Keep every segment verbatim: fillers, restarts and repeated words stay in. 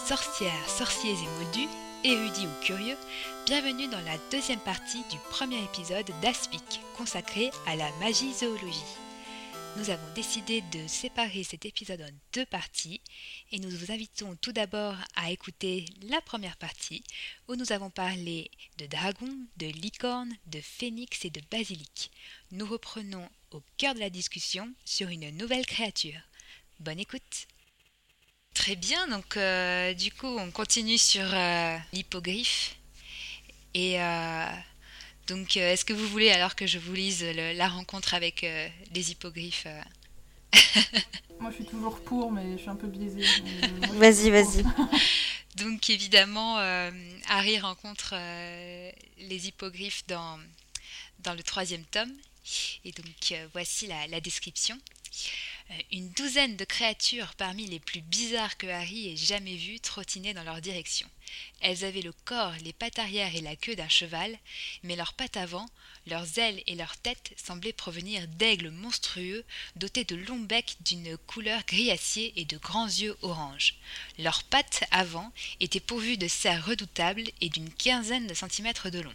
sorcières, sorciers et moldus, érudits ou curieux, bienvenue dans la deuxième partie du premier épisode d'Aspic, consacré à la magie zoologie. Nous avons décidé de séparer cet épisode en deux parties et nous vous invitons tout d'abord à écouter la première partie où nous avons parlé de dragons, de licornes, de phénix et de basilic. Nous reprenons au cœur de la discussion sur une nouvelle créature. Bonne écoute! Très bien, donc euh, du coup on continue sur euh, l'hippogriffe et euh, donc euh, est-ce que vous voulez alors que je vous lise le- la rencontre avec euh, les hippogriffes euh, Moi, je suis toujours pour, mais je suis un peu biaisée. mais, euh, moi, je suis Vas-y, toujours vas-y. pour. Donc évidemment euh, Harry rencontre euh, les hippogriffes dans, dans le troisième tome et donc euh, voici la, la description. Euh, Une douzaine de créatures parmi les plus bizarres que Harry ait jamais vues trottinaient dans leur direction. Elles avaient le corps, les pattes arrière et la queue d'un cheval, mais leurs pattes avant, leurs ailes et leurs têtes semblaient provenir d'aigles monstrueux dotés de longs becs d'une couleur gris acier et de grands yeux orange. Leurs pattes avant étaient pourvues de serres redoutables et d'une quinzaine de centimètres de long.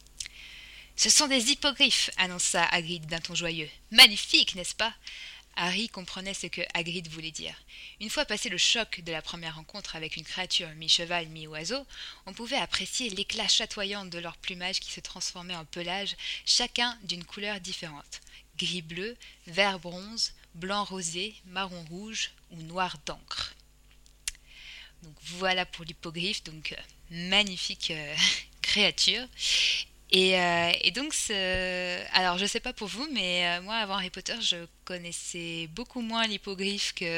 Ce sont des hippogriffes, annonça Hagrid d'un ton joyeux. Magnifique, n'est-ce pas? Harry comprenait ce que Hagrid voulait dire. Une fois passé le choc de la première rencontre avec une créature mi-cheval, mi-oiseau, on pouvait apprécier l'éclat chatoyant de leur plumage qui se transformait en pelage, chacun d'une couleur différente. Gris-bleu, vert-bronze, blanc-rosé, marron-rouge ou noir d'encre. Donc voilà pour l'hippogriffe, donc euh, magnifique euh, créature. Et, euh, et donc, ce... alors je sais pas pour vous, mais euh, moi avant Harry Potter, je connaissais beaucoup moins l'hippogriffe que,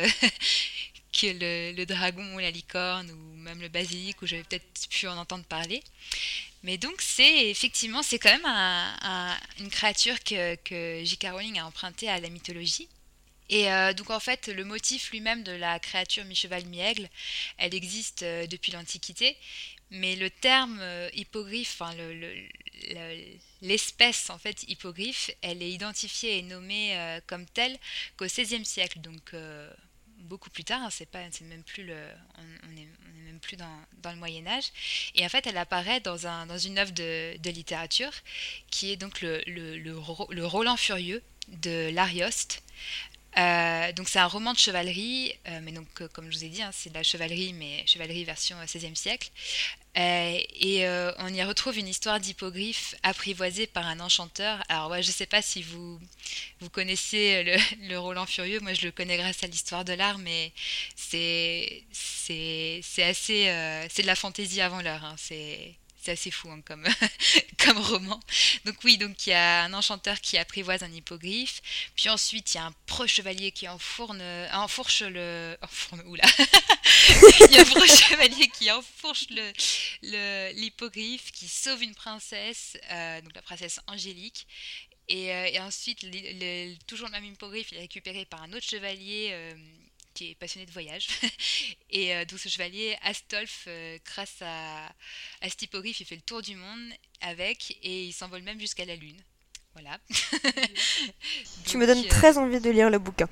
que le, le dragon ou la licorne ou même le basilic où j'avais peut-être pu en entendre parler. Mais donc c'est effectivement, c'est quand même un- un- une créature que, que J K. Rowling a empruntée à la mythologie. Et euh, donc en fait, le motif lui-même de la créature mi-cheval mi-aigle, elle existe euh, depuis l'Antiquité, mais le terme euh, hippogriffe, enfin le- le- le- l'espèce en fait hippogriffe, elle est identifiée et nommée euh, comme telle qu'au seizième siècle, donc euh, beaucoup plus tard, hein, c'est pas, c'est même plus le, on, on est, on est même plus dans, dans le Moyen Âge. Et en fait, elle apparaît dans un, dans une œuvre de, de littérature qui est donc le, le, le, Ro- le Roland Furieux de l'Arioste. Euh, donc c'est un roman de chevalerie, euh, mais donc euh, comme je vous ai dit, hein, c'est de la chevalerie, mais chevalerie version euh, seizième siècle. Euh, et euh, on y retrouve une histoire d'hippogriffe apprivoisée par un enchanteur. Alors ouais, je sais pas si vous vous connaissez le, le Roland Furieux, moi je le connais grâce à l'histoire de l'art, mais c'est c'est c'est assez euh, c'est de la fantaisie avant l'heure, hein, c'est c'est assez fou hein, comme, comme roman. Donc oui, donc il y a un enchanteur qui apprivoise un hippogriffe, puis ensuite il y a un pro-chevalier qui enfourne, euh, enfourche le... Enfourne, oula. Il y a un pro-chevalier qui enfourche le, le- l'hippogriffe, qui sauve une princesse, euh, donc la princesse Angélique. Et, euh, et ensuite, le- le- toujours le même hippogriffe, il est récupéré par un autre chevalier euh, qui est passionné de voyage. Et euh, donc ce chevalier, Astolphe, euh, grâce à, à cet hippogriffe, il fait le tour du monde avec et il s'envole même jusqu'à la Lune. Voilà. Tu me Donc, donnes euh, très envie de lire le bouquin.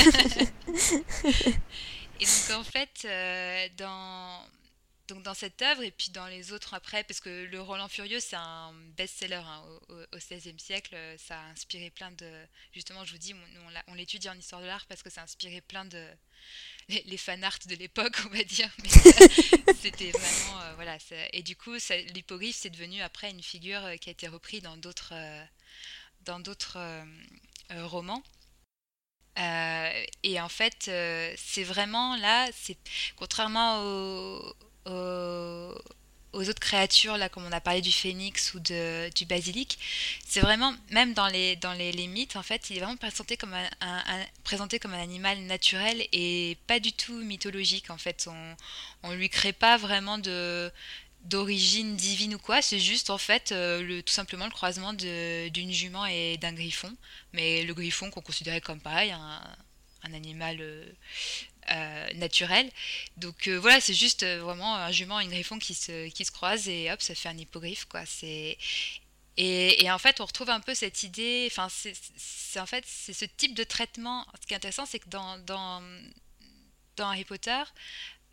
et donc en fait, euh, dans, donc dans cette œuvre et puis dans les autres après, parce que le Roland Furieux c'est un best-seller hein, au, au, au seizième siècle, euh, ça a inspiré plein de... Justement, je vous dis, on, on l'a- on l'étudie en histoire de l'art parce que ça a inspiré plein de... Les, les fanarts de l'époque, on va dire, mais euh, c'était vraiment... euh, voilà, ça- et du coup, ça- l'hippogriffe c'est devenu après une figure euh, qui a été reprise dans d'autres euh, dans d'autres euh, euh, romans. Euh, et en fait, euh, c'est vraiment là, c'est contrairement aux, aux, aux autres créatures là, comme on a parlé du phénix ou de, du basilic, c'est vraiment même dans les dans les, les mythes en fait, il est vraiment présenté comme un, un- un- présenté comme un animal naturel et pas du tout mythologique en fait. On on lui crée pas vraiment de d'origine divine ou quoi, c'est juste en fait euh, le, tout simplement le croisement de- d'une jument et d'un griffon, mais le griffon qu'on considérait comme pareil, un, un animal euh, euh, naturel. Donc euh, voilà, c'est juste euh, vraiment un jument et un griffon qui se, qui se croisent et hop, ça fait un hippogriffe quoi. C'est... Et, et en fait, on retrouve un peu cette idée, enfin, c'est, c'est en fait, c'est ce type de traitement. Ce qui est intéressant, c'est que dans, dans, dans Harry Potter,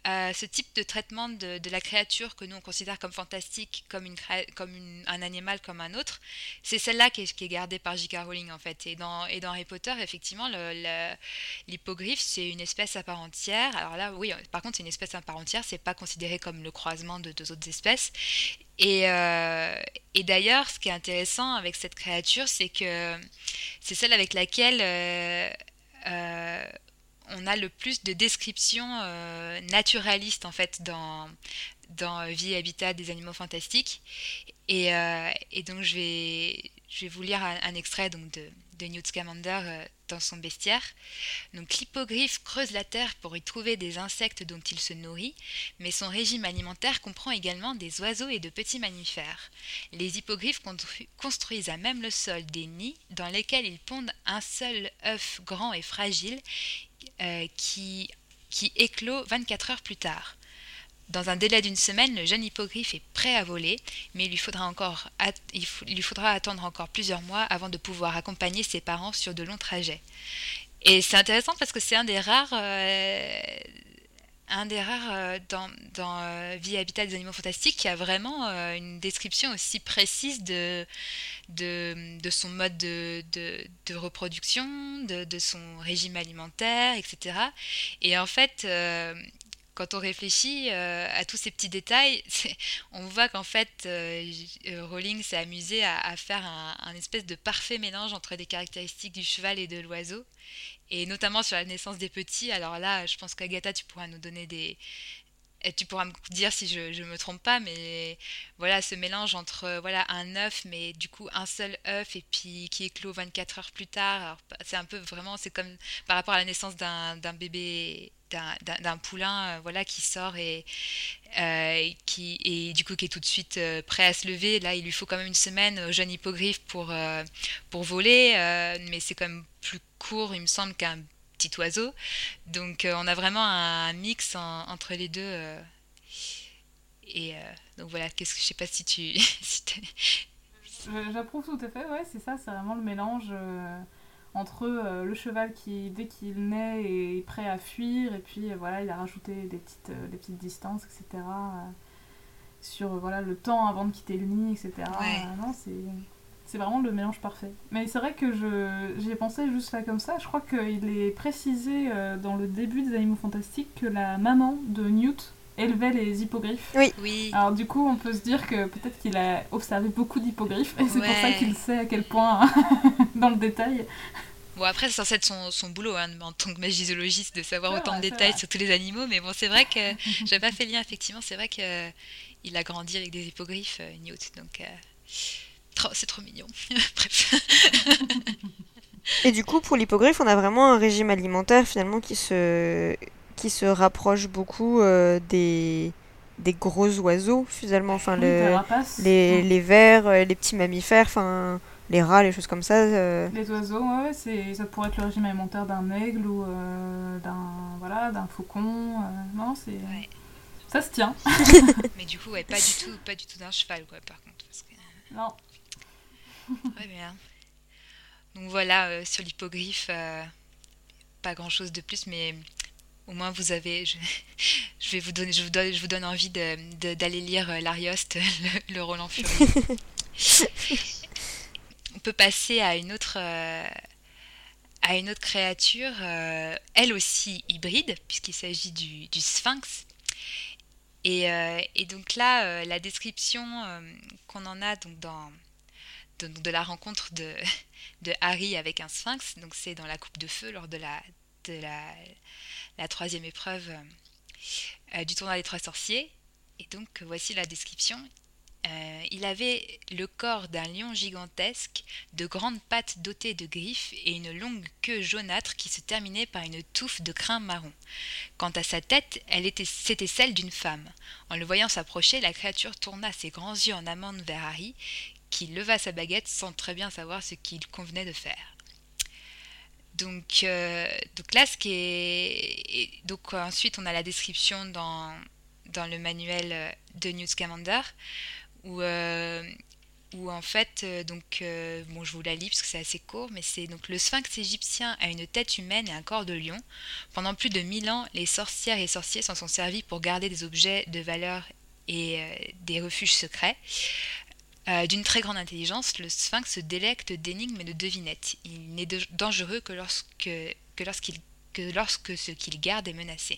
euh, ce type de traitement de, de la créature que nous on considère comme fantastique, comme, une, créa- comme une- un animal comme un autre, c'est celle-là qui est, qui est gardée par J K. Rowling en fait. Et dans, et dans Harry Potter, effectivement, le, le- l'hippogriffe c'est une espèce à part entière. Alors là, oui, par contre, c'est une espèce à part entière, c'est pas considéré comme le croisement de deux autres espèces. Et, euh, et d'ailleurs, ce qui est intéressant avec cette créature, c'est que c'est celle avec laquelle euh, euh, on a le plus de descriptions euh, naturalistes en fait dans, dans Vie et Habitat des animaux fantastiques. Et, euh, et donc je vais, je vais vous lire un, un extrait donc, de, de Newt Scamander euh, dans son bestiaire. Donc l'hippogriffe creuse la terre pour y trouver des insectes dont il se nourrit, mais son régime alimentaire comprend également des oiseaux et de petits mammifères. Les hippogriffes constru- construisent à même le sol des nids dans lesquels ils pondent un seul œuf grand et fragile euh, qui, qui éclot vingt-quatre heures plus tard. Dans un délai d'une semaine, le jeune hippogriffe est prêt à voler, mais il lui faudra, encore at- il f- il lui faudra attendre encore plusieurs mois avant de pouvoir accompagner ses parents sur de longs trajets. Et c'est intéressant parce que c'est un des rares, euh, un des rares euh, dans, dans euh, Vie et Habitat des animaux fantastiques qui a vraiment euh, une description aussi précise de, de, de son mode de, de, de reproduction, de, de son régime alimentaire, et cetera. Et en fait, euh, quand on réfléchit euh, à tous ces petits détails, c'est- on voit qu'en fait, euh, J- euh, Rowling s'est amusé à, à faire un, un espèce de parfait mélange entre les caractéristiques du cheval et de l'oiseau, et notamment sur la naissance des petits. Alors là, je pense qu'Agatha, tu pourras nous donner des, et tu pourras me dire si je, je me trompe pas, mais voilà, ce mélange entre euh, voilà un œuf, mais du coup un seul œuf et puis qui éclot vingt-quatre heures plus tard. Alors, c'est un peu vraiment, c'est comme par rapport à la naissance d'un d'un bébé, d'un d'un- d'un poulain, euh, voilà, qui sort et euh, qui et du coup qui est tout de suite euh, prêt à se lever. Là, il lui faut quand même une semaine au jeune hippogriffe pour euh, pour voler, euh, mais c'est quand même plus court, il me semble, qu'un petit oiseau. Donc euh, on a vraiment un mix en- entre les deux. euh, et euh, donc voilà, qu'est-ce que je sais pas si tu si t'es- Je- J'approuve tout à fait, ouais, c'est ça, c'est vraiment le mélange euh, entre euh, le cheval qui, dès qu'il naît, est prêt à fuir, et puis euh, voilà, il a rajouté des petites, euh, des petites distances, et cetera euh, sur euh, voilà, le temps avant de quitter le nid, et cetera. ouais. Euh, non, c'est, c'est vraiment le mélange parfait. Mais c'est vrai que je, j'y ai pensé juste là comme ça, je crois qu'il est précisé euh, dans le début des Animaux Fantastiques que la maman de Newt élevait les hippogriffes. Oui, Alors du coup, on peut se dire que peut-être qu'il a observé beaucoup d'hippogriffes et c'est pour ça ouais. qu'il sait à quel point, dans le détail. Bon après c'est censé être son, son boulot hein, en tant que magésologiste de savoir C'est autant de vrai, c'est détails vrai. sur tous les animaux, mais bon c'est vrai que j'avais pas fait le lien effectivement, c'est vrai que euh, il a grandi avec des hippogriffes, euh, Newt, donc euh, trop- c'est trop mignon. Bref. Et du coup, pour l'hippogriffe, on a vraiment un régime alimentaire finalement qui se, qui se rapproche beaucoup euh, des, des gros oiseaux finalement. Enfin, Oui, des le, rapaces. les, Mm. les vers, euh, les petits mammifères, enfin, les rats, les choses comme ça. euh. Les oiseaux, ouais, ouais, c'est, ça pourrait être le régime alimentaire d'un aigle ou euh, d'un, voilà, d'un faucon. euh, non, c'est, Ouais. ça se tient. Mais du coup ouais, pas du tout pas du tout d'un cheval quoi par contre parce que Non. très bien. Donc voilà euh, sur l'hippogriffe euh, pas grand chose de plus, mais au moins vous avez je, je vais vous donner je vous donne je vous donne envie de, de- d'aller lire euh, l'Arioste le, le Roland Furieux. On peut passer à une autre euh, à une autre créature, euh, elle aussi hybride puisqu'il s'agit du, du sphinx. Et, euh, et donc là euh, la description euh, qu'on en a donc dans de, de la rencontre de, de Harry avec un sphinx, donc c'est dans la coupe de feu lors de la de la, la troisième épreuve euh, du tournoi des trois sorciers. Et donc voici la description. Euh, il avait le corps d'un lion gigantesque, de grandes pattes dotées de griffes et une longue queue jaunâtre qui se terminait par une touffe de crin marron. Quant à sa tête, elle était, c'était celle d'une femme. En le voyant s'approcher, la créature tourna ses grands yeux en amande vers Harry, qui leva sa baguette sans très bien savoir ce qu'il convenait de faire. Donc, euh, donc là, ce qui est... Donc ensuite, on a la description dans, dans le manuel de Newt Scamander, où euh, où en fait, euh, donc, euh, bon, je vous la lis parce que c'est assez court, mais c'est donc le sphinx égyptien a une tête humaine et un corps de lion. Pendant plus de mille ans, les sorcières et sorciers s'en sont servis pour garder des objets de valeur et euh, des refuges secrets. Euh, d'une très grande intelligence, le sphinx se délecte d'énigmes et de devinettes. Il n'est de- dangereux que lorsque, que lorsqu'il, que lorsque ce qu'il garde est menacé.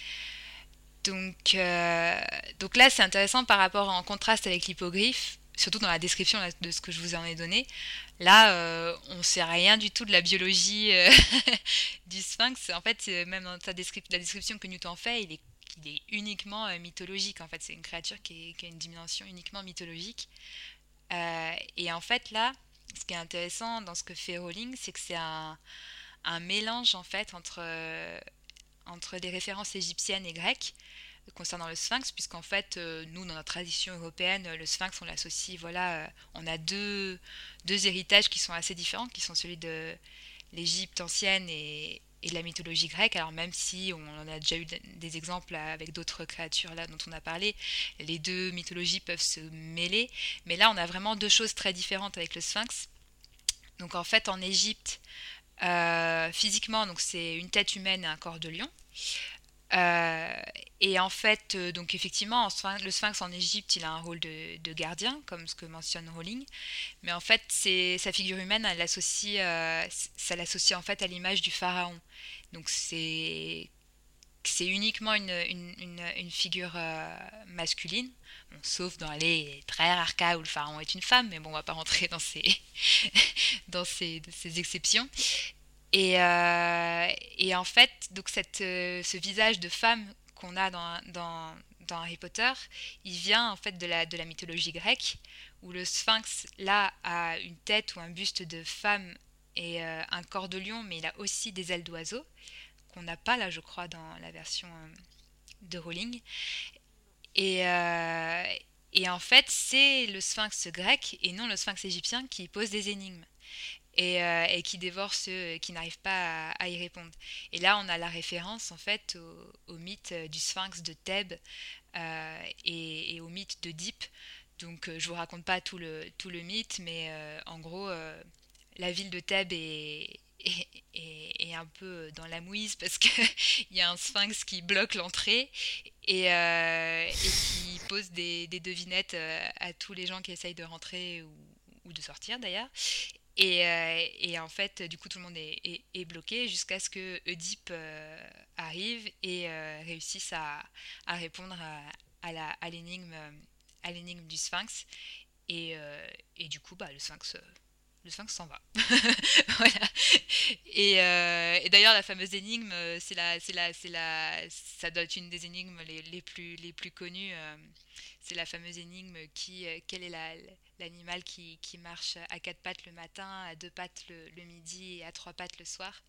Donc, euh, donc là, c'est intéressant par rapport en contraste avec l'hippogriffe, surtout dans la description là, de ce que je vous en ai donné. Là, euh, on ne sait rien du tout de la biologie euh, du sphinx. En fait, euh, même dans sa descrip- la description que Newton fait, il est, il est uniquement euh, mythologique. En fait, c'est une créature qui, est- qui a une dimension uniquement mythologique. Euh, et en fait, là, ce qui est intéressant dans ce que fait Rowling, c'est que c'est un, un mélange en fait entre, euh, entre des références égyptiennes et grecques concernant le sphinx, puisqu'en fait, euh, nous, dans notre tradition européenne, le sphinx, on l'associe, voilà, euh, on a deux, deux héritages qui sont assez différents, qui sont celui de l'Égypte ancienne et, et de la mythologie grecque. Alors même si on en a déjà eu des exemples avec d'autres créatures là dont on a parlé, les deux mythologies peuvent se mêler, mais là, on a vraiment deux choses très différentes avec le sphinx. Donc en fait, en Égypte, euh, physiquement, donc c'est une tête humaine et un corps de lion. Euh, et en fait, euh, donc effectivement, en sphinx- le sphinx en Égypte, il a un rôle de, de gardien, comme ce que mentionne Rowling. Mais en fait, c'est, sa figure humaine, elle l'associe, euh, c- ça l'associe en fait à l'image du pharaon. Donc c'est, c'est uniquement une, une, une, une figure euh, masculine, bon, sauf dans les très rares cas où le pharaon est une femme, mais bon, on va pas rentrer dans ces, dans ces, ces exceptions. Et, euh, et en fait, donc cette, euh, ce visage de femme qu'on a dans, dans, dans Harry Potter, il vient en fait de la, de la mythologie grecque, où le sphinx, là, a une tête ou un buste de femme et euh, un corps de lion, mais il a aussi des ailes d'oiseau, qu'on n'a pas là, je crois, dans la version euh, de Rowling. Et, euh, et en fait, c'est le sphinx grec et non le sphinx égyptien qui pose des énigmes et, euh, et qui dévore ceux qui n'arrivent pas à, à y répondre. Et là, on a la référence en fait au, au mythe du sphinx de Thèbes euh, et, et au mythe d'Oedipe. Donc, euh, je vous raconte pas tout le, tout le mythe, mais euh, en gros, euh, la ville de Thèbes est, est, est- est un peu dans la mouise parce qu'il y a un sphinx qui bloque l'entrée et, euh, et qui pose des, des devinettes euh, à tous les gens qui essayent de rentrer ou, ou de sortir d'ailleurs. Et, euh, et en fait, du coup, tout le monde est, est- est bloqué jusqu'à ce que Oedipe euh, arrive et euh, réussisse à, à répondre à, à la, à l'énigme, à l'énigme du sphinx. Et, euh, et du coup, bah, le sphinx, euh, le sphinx s'en va. Voilà. Et, euh, et d'ailleurs, la fameuse énigme, euh, c'est la, c'est la, c'est la, ça doit être une des énigmes les, les plus, les plus connues. euh, c'est la fameuse énigme qui, euh, quel est la- l'animal qui, qui marche à quatre pattes le matin, à deux pattes le, le midi et à trois pattes le soir.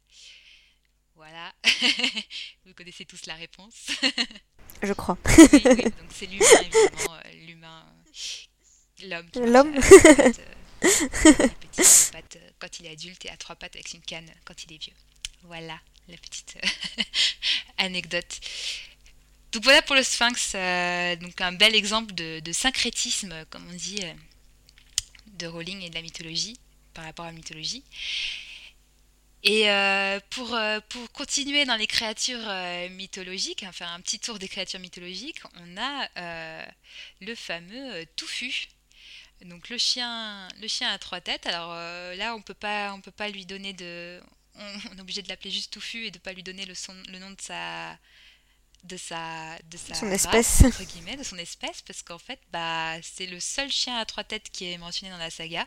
Voilà. Vous connaissez tous la réponse. Je crois. Oui, oui, donc c'est l'humain, évidemment. euh, L'humain, euh, l'homme qui marche L'homme. à deux pattes euh, quand il est petit, à deux pattes euh, quand il est adulte et à trois pattes avec une canne quand il est vieux. Voilà la petite euh, anecdote. Donc voilà pour le sphinx, euh, donc un bel exemple de, de syncrétisme, comme on dit, euh, de Rowling et de la mythologie, par rapport à la mythologie. Et euh, pour, euh, pour continuer dans les créatures euh, mythologiques, hein, faire un petit tour des créatures mythologiques, on a euh, le fameux euh, touffu. Donc le chien, le chien à trois têtes. Alors euh, là, on peut pas, on peut pas lui donner de, on, on est obligé de l'appeler juste touffu et de pas lui donner le, son, le nom de sa, de sa, de Son sa race espèce. entre guillemets, de son espèce, parce qu'en fait, bah, c'est le seul chien à trois têtes qui est mentionné dans la saga.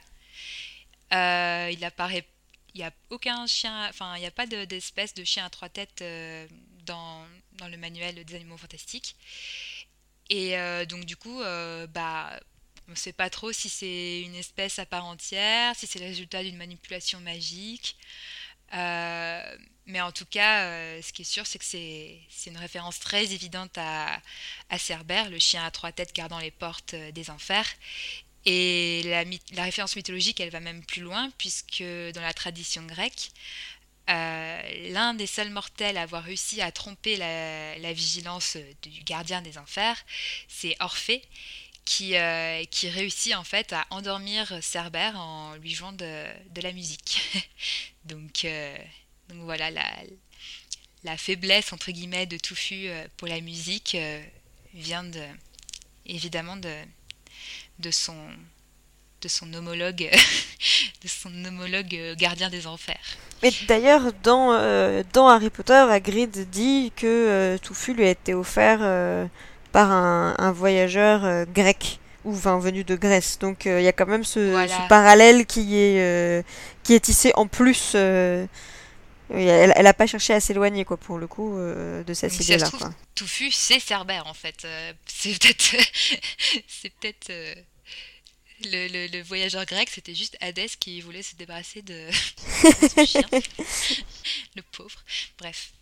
Euh, il apparaît, il y a aucun chien, enfin, il n'y a pas de- d'espèce de chien à trois têtes euh, dans dans le manuel des animaux fantastiques. Et euh, donc du coup, euh, bah, on ne sait pas trop si c'est une espèce à part entière, si c'est le résultat d'une manipulation magique. Euh, mais en tout cas, euh, ce qui est sûr, c'est que c'est c'est une référence très évidente à, à Cerbère, le chien à trois têtes gardant les portes euh, des enfers. Et la, myth- la référence mythologique, elle va même plus loin, puisque dans la tradition grecque, euh, l'un des seuls mortels à avoir réussi à tromper la, la vigilance du gardien des enfers, c'est Orphée, qui, euh, qui réussit en fait à endormir Cerbère en lui jouant de, de la musique. donc, euh, donc voilà, la, la faiblesse entre guillemets de Touffu euh, pour la musique euh, vient de, évidemment de, de son de son homologue de son homologue euh, gardien des enfers. Mais d'ailleurs, dans, euh, dans Harry Potter, Hagrid dit que euh, Touffu lui a été offert euh, par un, un voyageur euh, grec, ou enfin venu de Grèce. Donc il euh, y a quand même ce, Voilà. ce parallèle qui est, euh, qui est tissé en plus. Euh, elle, elle a pas cherché à s'éloigner, quoi, pour le coup, euh, de cette Donc, si ça se idée-là, trouve, quoi. Touffu, c'est Cerbère en fait. Euh, c'est peut-être c'est peut-être euh, le, le, le voyageur grec, c'était juste Hadès qui voulait se débarrasser de, de son chien. Le pauvre. Bref.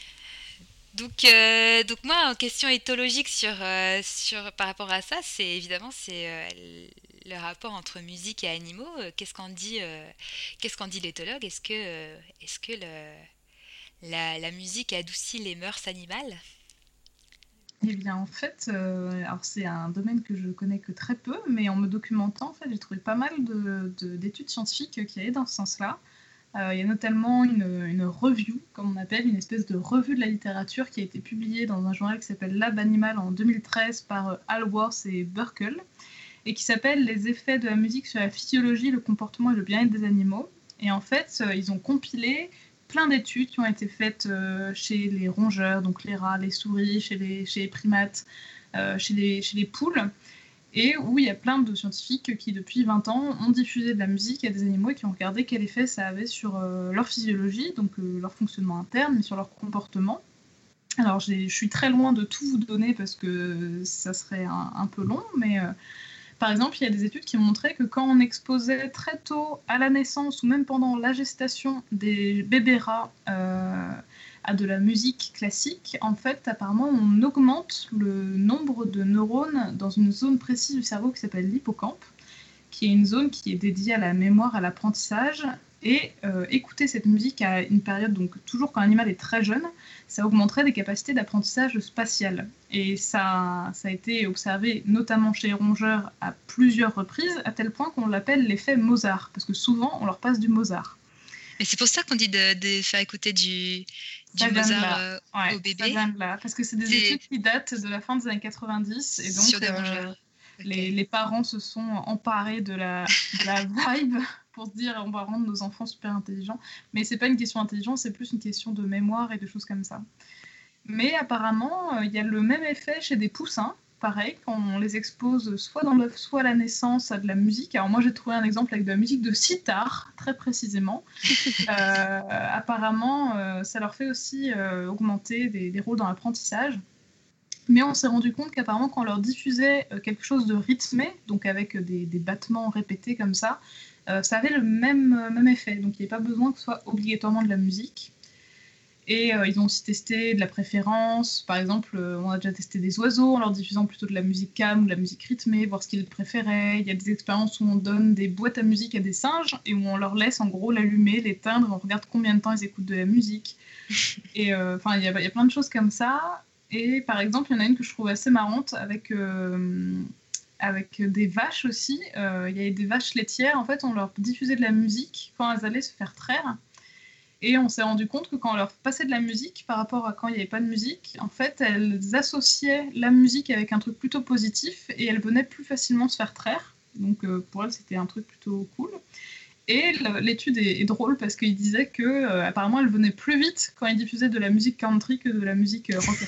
Donc, euh, donc moi, en question éthologique sur, euh, sur, par rapport à ça, c'est évidemment c'est euh, le rapport entre musique et animaux. Euh, Qu'est-ce qu'en dit, euh, qu'est-ce qu'en dit l'éthologue? Est-ce que, euh, est-ce que le, la, la musique adoucit les mœurs animales? Eh bien, en fait, euh, alors c'est un domaine que je connais que très peu, mais en me documentant, en fait, j'ai trouvé pas mal de, de, d'études scientifiques qui allaient dans ce sens-là. Euh, il y a notamment une, une review, comme on appelle, une espèce de revue de la littérature qui a été publiée dans un journal qui s'appelle Lab Animal en deux mille treize par euh, Alworth et Burkle, et qui s'appelle Les effets de la musique sur la physiologie, le comportement et le bien-être des animaux. Et en fait, euh, ils ont compilé plein d'études qui ont été faites euh, chez les rongeurs, donc les rats, les souris, chez les, chez les primates, euh, chez, les, chez les poules, et où il y a plein de scientifiques qui, depuis vingt ans, ont diffusé de la musique à des animaux et qui ont regardé quel effet ça avait sur euh, leur physiologie, donc euh, leur fonctionnement interne, mais sur leur comportement. Alors, je suis très loin de tout vous donner parce que ça serait un, un peu long, mais euh, par exemple, il y a des études qui montraient que quand on exposait très tôt à la naissance ou même pendant la gestation des bébés rats euh, à de la musique classique, en fait, apparemment, on augmente le nombre de neurones dans une zone précise du cerveau qui s'appelle l'hippocampe, qui est une zone qui est dédiée à la mémoire, à l'apprentissage. Et euh, écouter cette musique à une période, donc toujours quand l'animal est très jeune, ça augmenterait des capacités d'apprentissage spatial. Et ça, ça a été observé notamment chez les rongeurs à plusieurs reprises, à tel point qu'on l'appelle l'effet Mozart, parce que souvent on leur passe du Mozart. Et c'est pour ça qu'on dit de, de faire écouter du, du Ça Mozart euh, ouais, au bébé. Ça vient de là, parce que c'est des C'est... études qui datent de la fin des années quatre-vingt-dix, et donc sur des euh, rongeurs. Okay. les, les parents se sont emparés de la, de la vibe pour se dire on va rendre nos enfants super intelligents. Mais c'est pas une question d'intelligence, c'est plus une question de mémoire et de choses comme ça. Mais apparemment, il euh, y a le même effet chez des poussins. Pareil, quand on les expose soit dans l'œuf, soit à la naissance à de la musique. Alors moi, j'ai trouvé un exemple avec de la musique de sitar, très précisément. euh, apparemment, euh, ça leur fait aussi euh, augmenter des, des rôles dans l'apprentissage. Mais on s'est rendu compte qu'apparemment, quand on leur diffusait euh, quelque chose de rythmé, donc avec des, des battements répétés comme ça, euh, ça avait le même, euh, même effet. Donc il n'y avait pas besoin que ce soit obligatoirement de la musique. Et euh, ils ont aussi testé de la préférence. Par exemple, euh, on a déjà testé des oiseaux en leur diffusant plutôt de la musique calme ou de la musique rythmée, voir ce qu'ils préféraient. Il y a des expériences où on donne des boîtes à musique à des singes et où on leur laisse en gros l'allumer, l'éteindre, on regarde combien de temps ils écoutent de la musique. Et enfin, euh, il y, y a plein de choses comme ça. Et par exemple, il y en a une que je trouve assez marrante avec, euh, avec des vaches aussi. Euh, il y avait des vaches laitières. En fait, on leur diffusait de la musique quand elles allaient se faire traire. Et on s'est rendu compte que quand on leur passait de la musique par rapport à quand il n'y avait pas de musique, en fait, elles associaient la musique avec un truc plutôt positif et elles venaient plus facilement se faire traire. Donc euh, pour elles, c'était un truc plutôt cool. Et l'étude est, est drôle parce qu'il disait que euh, apparemment, elles venaient plus vite quand ils diffusaient de la musique country que de la musique euh, rock.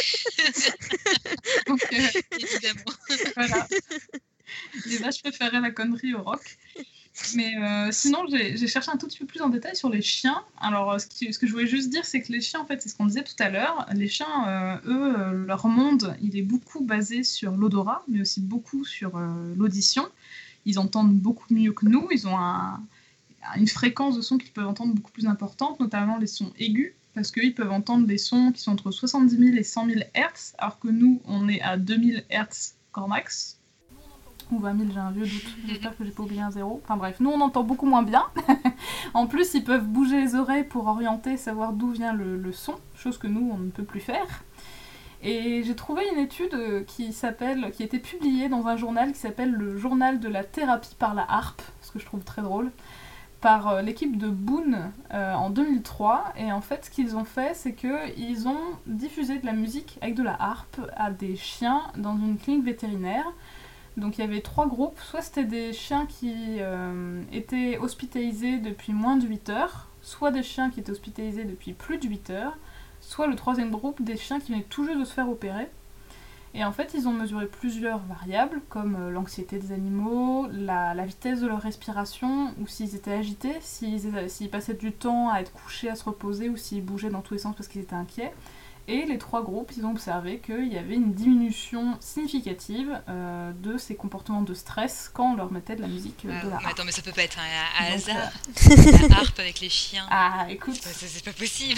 Donc, euh, évidemment. Voilà. Les vaches préféraient la country au rock. Mais euh, sinon, j'ai, j'ai cherché un tout petit peu plus en détail sur les chiens. Alors, ce, qui, ce que je voulais juste dire, c'est que les chiens, en fait, c'est ce qu'on disait tout à l'heure. Les chiens, euh, eux, euh, leur monde, il est beaucoup basé sur l'odorat, mais aussi beaucoup sur euh, l'audition. Ils entendent beaucoup mieux que nous. Ils ont un, une fréquence de son qu'ils peuvent entendre beaucoup plus importante, notamment les sons aigus, parce qu'ils peuvent entendre des sons qui sont entre soixante-dix mille et cent mille hertz, alors que nous, on est à deux mille hertz grand max. Ou vingt mille, j'ai un vieux doute. J'espère que j'ai pas oublié un zéro. Enfin bref, nous on entend beaucoup moins bien. En plus, ils peuvent bouger les oreilles pour orienter, savoir d'où vient le, le son, chose que nous on ne peut plus faire. Et j'ai trouvé une étude qui s'appelle, qui a été publiée dans un journal qui s'appelle le Journal de la thérapie par la harpe, ce que je trouve très drôle, par euh, l'équipe de Boone euh, en deux mille trois. Et en fait, ce qu'ils ont fait, c'est qu'ils ont diffusé de la musique avec de la harpe à des chiens dans une clinique vétérinaire. Donc il y avait trois groupes, soit c'était des chiens qui euh, étaient hospitalisés depuis moins de huit heures, soit des chiens qui étaient hospitalisés depuis plus de huit heures, soit le troisième groupe, des chiens qui venaient tout juste de se faire opérer. Et en fait, ils ont mesuré plusieurs variables, comme euh, l'anxiété des animaux, la, la vitesse de leur respiration, ou s'ils étaient agités, s'ils, s'ils passaient du temps à être couchés, à se reposer, ou s'ils bougeaient dans tous les sens parce qu'ils étaient inquiets. Et les trois groupes, ils ont observé qu'il y avait une diminution significative euh, de ces comportements de stress quand on leur mettait de la musique, euh, de la harpe. Attends, mais ça peut pas être un, un Donc, hasard, euh... la harpe avec les chiens. Ah, écoute... Ça, ça, c'est pas possible.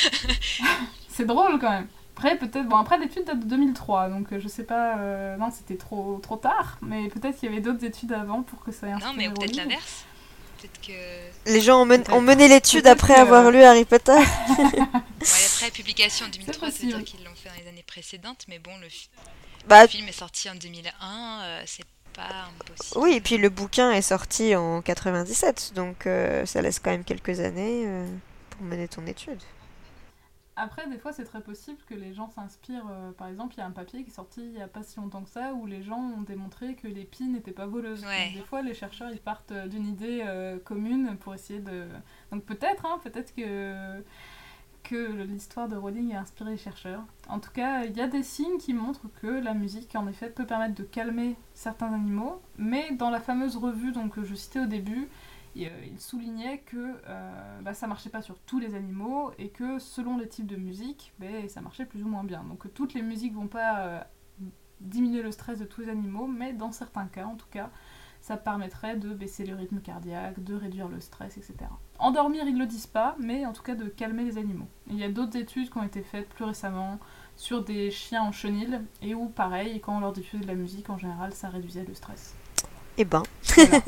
C'est drôle quand même. Après, peut-être... Bon, après, l'étude date de deux mille trois, donc euh, je sais pas... Euh... Non, c'était trop, trop tard, mais peut-être qu'il y avait d'autres études avant pour que ça ait inspiré. Non, mais peut-être livre. l'inverse. Peut-être que... Les gens ont, men- ont mené l'étude peut-être après que... avoir lu Harry Potter. Ouais, après, publication en deux mille trois, ça veut dire qu'ils l'ont fait dans les années précédentes, mais bon, le, fi- bah, le film est sorti en deux mille un, euh, c'est pas impossible. Oui, et puis le bouquin est sorti en quatre-vingt-dix-sept, donc euh, ça laisse quand même quelques années euh, pour mener ton étude. Après, des fois, c'est très possible que les gens s'inspirent. Euh, par exemple, il y a un papier qui est sorti il n'y a pas si longtemps que ça, où les gens ont démontré que les pies n'étaient pas voleuses. Ouais. Donc, des fois, les chercheurs, ils partent d'une idée euh, commune pour essayer de... Donc peut-être, hein, peut-être que... que l'histoire de Rowling a inspiré les chercheurs. En tout cas, il y a des signes qui montrent que la musique, en effet, peut permettre de calmer certains animaux, mais dans la fameuse revue donc, que je citais au début, il soulignait que euh, bah, ça marchait pas sur tous les animaux et que selon les types de musique, bah, ça marchait plus ou moins bien. Donc toutes les musiques vont pas euh, diminuer le stress de tous les animaux, mais dans certains cas, en tout cas, ça permettrait de baisser le rythme cardiaque, de réduire le stress, et cetera. Endormir, ils ne le disent pas, mais en tout cas de calmer les animaux. Et il y a d'autres études qui ont été faites plus récemment sur des chiens en chenil, et où, pareil, quand on leur diffusait de la musique, en général, ça réduisait le stress. Eh ben. Voilà.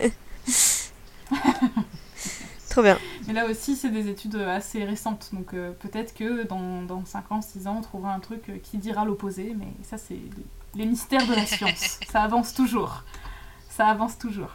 Trop bien. Mais là aussi, c'est des études assez récentes, donc euh, peut-être que dans, dans cinq ans, six ans, on trouvera un truc qui dira l'opposé, mais ça, c'est les mystères de la science. Ça avance toujours. Ça avance toujours.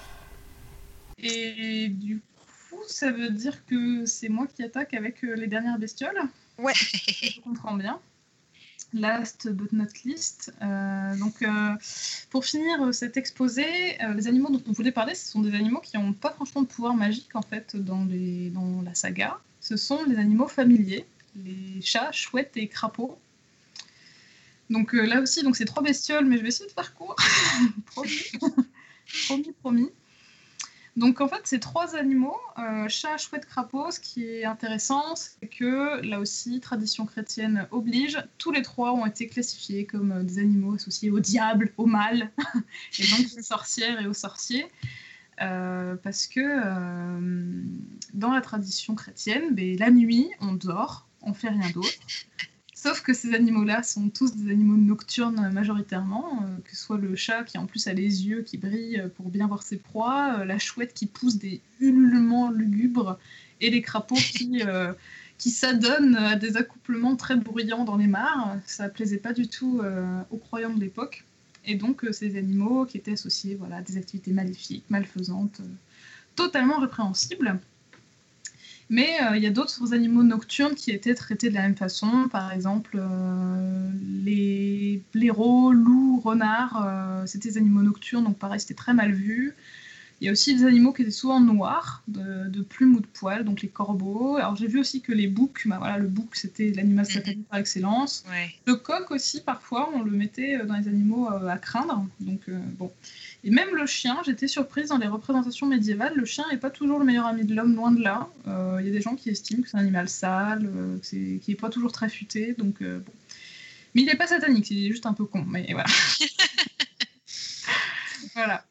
Et du coup, ça veut dire que c'est moi qui attaque avec les dernières bestioles. Ouais. Je comprends bien. Last but not least. Euh, donc, euh, pour finir cet exposé, euh, les animaux dont on voulait parler, ce sont des animaux qui n'ont pas franchement de pouvoir magique en fait dans, les, dans la saga. Ce sont les animaux familiers, les chats, chouettes et crapauds. Donc euh, là aussi, donc c'est trois bestioles, mais je vais essayer de faire court. promis. promis, promis. Donc en fait, ces trois animaux, euh, chat, chouette, crapaud, ce qui est intéressant, c'est que là aussi, tradition chrétienne oblige, tous les trois ont été classifiés comme des animaux associés au diable, au mal, et donc aux sorcières et aux sorciers. Euh, parce que euh, dans la tradition chrétienne, ben, la nuit, on dort, on fait rien d'autre. Sauf que ces animaux-là sont tous des animaux nocturnes majoritairement, euh, que ce soit le chat qui en plus a les yeux qui brillent pour bien voir ses proies, euh, la chouette qui pousse des ululements lugubres, et les crapauds qui, euh, qui s'adonnent à des accouplements très bruyants dans les mares. Ça plaisait pas du tout euh, aux croyants de l'époque. Et donc euh, ces animaux qui étaient associés voilà, à des activités maléfiques, malfaisantes, euh, totalement répréhensibles. Mais il euh, y a d'autres animaux nocturnes qui étaient traités de la même façon. Par exemple, euh, les blaireaux, loups, renards, euh, c'était des animaux nocturnes, donc pareil, c'était très mal vu. Il y a aussi des animaux qui étaient souvent noirs, de, de plumes ou de poils, donc les corbeaux. Alors j'ai vu aussi que les boucs, bah voilà, le bouc c'était l'animal satanique par excellence. Ouais. Le coq aussi, parfois, on le mettait dans les animaux euh, à craindre. Donc euh, bon. Et même le chien, j'étais surprise dans les représentations médiévales, le chien n'est pas toujours le meilleur ami de l'homme, loin de là. Il euh, y a des gens qui estiment que c'est un animal sale, euh, que c'est, qui n'est pas toujours très futé, donc euh, bon. Mais il n'est pas satanique, il est juste un peu con, mais voilà. Voilà.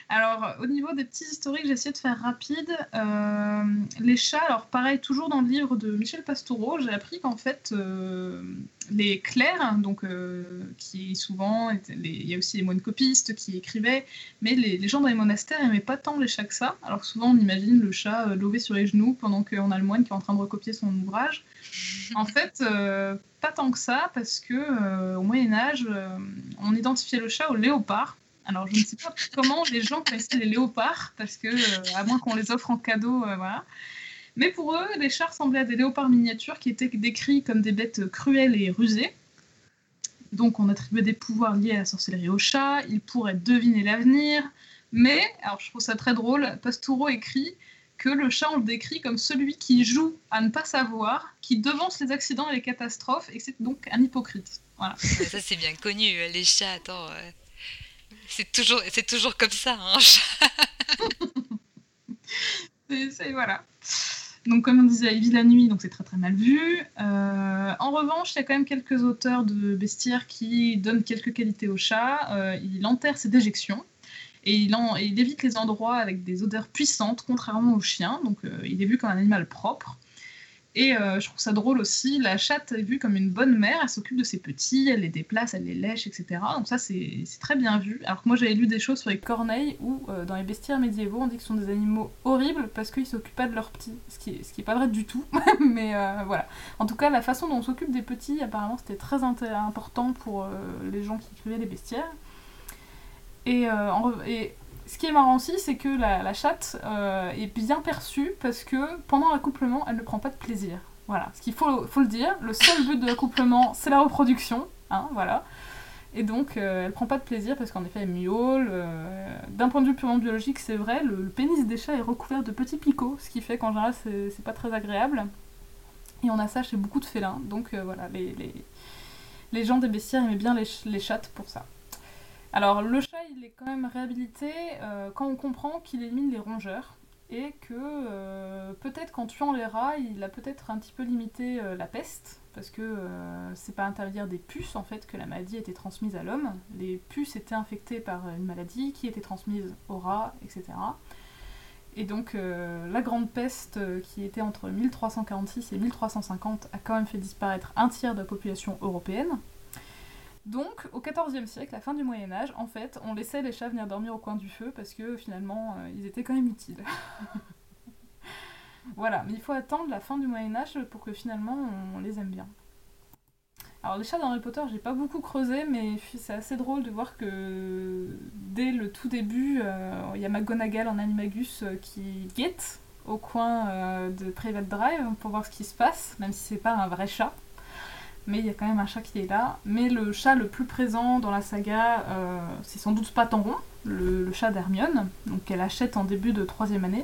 Alors, au niveau des petits historiques, j'ai essayé de faire rapide. Euh, les chats, alors pareil, toujours dans le livre de Michel Pastoureau, j'ai appris qu'en fait, euh, les clercs, donc, euh, qui souvent, les, il y a aussi les moines copistes qui écrivaient, mais les, les gens dans les monastères n'aimaient pas tant les chats que ça. Alors souvent, on imagine le chat euh, lové sur les genoux pendant qu'on a le moine qui est en train de recopier son ouvrage. En fait, euh, pas tant que ça, parce que euh, au Moyen-Âge, euh, on identifiait le chat au léopard. Alors, je ne sais pas comment les gens connaissaient les léopards, parce que, euh, à moins qu'on les offre en cadeau, euh, voilà. Mais pour eux, les chats ressemblaient à des léopards miniatures qui étaient décrits comme des bêtes cruelles et rusées. Donc, on attribuait des pouvoirs liés à la sorcellerie aux chats, ils pourraient deviner l'avenir. Mais, alors je trouve ça très drôle, Pastoureau écrit que le chat, on le décrit comme celui qui joue à ne pas savoir, qui devance les accidents et les catastrophes, et que c'est donc un hypocrite. Voilà. Ça, c'est bien connu, les chats, attends... Euh... C'est toujours, c'est toujours comme ça, hein. c'est, c'est, voilà. Donc, comme on disait, il vit la nuit, donc c'est très très mal vu. Euh, en revanche, il y a quand même quelques auteurs de bestiaires qui donnent quelques qualités au chat. Euh, il enterre ses déjections et il, en, et il évite les endroits avec des odeurs puissantes, contrairement au chien. Donc, euh, il est vu comme un animal propre. Et euh, je trouve ça drôle aussi, la chatte est vue comme une bonne mère, elle s'occupe de ses petits, elle les déplace, elle les lèche, et cetera. Donc ça, c'est, c'est très bien vu. Alors que moi, j'avais lu des choses sur les corneilles, où euh, dans les bestiaires médiévaux, on dit que ce sont des animaux horribles parce qu'ils s'occupent pas de leurs petits. Ce qui est, ce qui est pas vrai du tout, mais euh, voilà. En tout cas, la façon dont on s'occupe des petits, apparemment, c'était très int- important pour euh, les gens qui écrivaient les bestiaires. Et... Euh, en, et ce qui est marrant aussi, c'est que la, la chatte euh, est bien perçue parce que pendant l'accouplement, elle ne prend pas de plaisir. Voilà, ce qu'il faut, faut le dire. Le seul but de l'accouplement, c'est la reproduction. Hein, voilà. Et donc, euh, elle prend pas de plaisir parce qu'en effet, elle miaule. Euh, d'un point de vue purement biologique, c'est vrai, le, le pénis des chats est recouvert de petits picots, ce qui fait qu'en général, c'est, c'est pas très agréable. Et on a ça chez beaucoup de félins. Donc euh, voilà, les, les, les gens des bestiaires aimaient bien les, les chattes pour ça. Alors, le chat, il est quand même réhabilité euh, quand on comprend qu'il élimine les rongeurs et que euh, peut-être qu'en tuant les rats, il a peut-être un petit peu limité euh, la peste, parce que euh, c'est par l'intermédiaire des puces en fait que la maladie était transmise à l'homme. Les puces étaient infectées par une maladie qui était transmise aux rats, et cetera. Et donc euh, la grande peste euh, qui était entre mille trois cent quarante-six et mille trois cent cinquante a quand même fait disparaître un tiers de la population européenne. Donc, au quatorzième siècle, la fin du Moyen-Âge, en fait, on laissait les chats venir dormir au coin du feu parce que finalement, euh, ils étaient quand même utiles. Voilà, mais il faut attendre la fin du Moyen-Âge pour que finalement on les aime bien. Alors, les chats dans Harry Potter, j'ai pas beaucoup creusé, mais c'est assez drôle de voir que dès le tout début, il euh, y a McGonagall en animagus euh, qui guette au coin euh, de Private Drive pour voir ce qui se passe, même si c'est pas un vrai chat. Mais il y a quand même un chat qui est là. Mais le chat le plus présent dans la saga, euh, c'est sans doute Patenron, le, le chat d'Hermione, donc qu'elle achète en début de troisième année,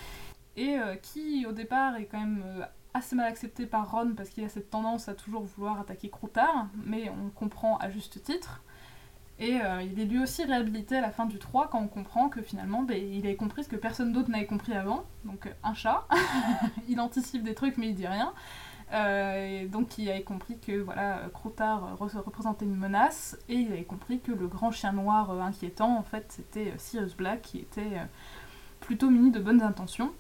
et euh, qui au départ est quand même euh, assez mal accepté par Ron parce qu'il a cette tendance à toujours vouloir attaquer Croutard, mais on le comprend à juste titre. Et euh, il est lui aussi réhabilité à la fin du trois quand on comprend que finalement ben, il avait compris ce que personne d'autre n'avait compris avant, donc un chat, il anticipe des trucs mais il dit rien. Euh, et donc il avait compris que voilà, Croutard représentait une menace, et il avait compris que le grand chien noir euh, inquiétant, en fait, c'était euh, Sirius Black, qui était euh, plutôt muni de bonnes intentions.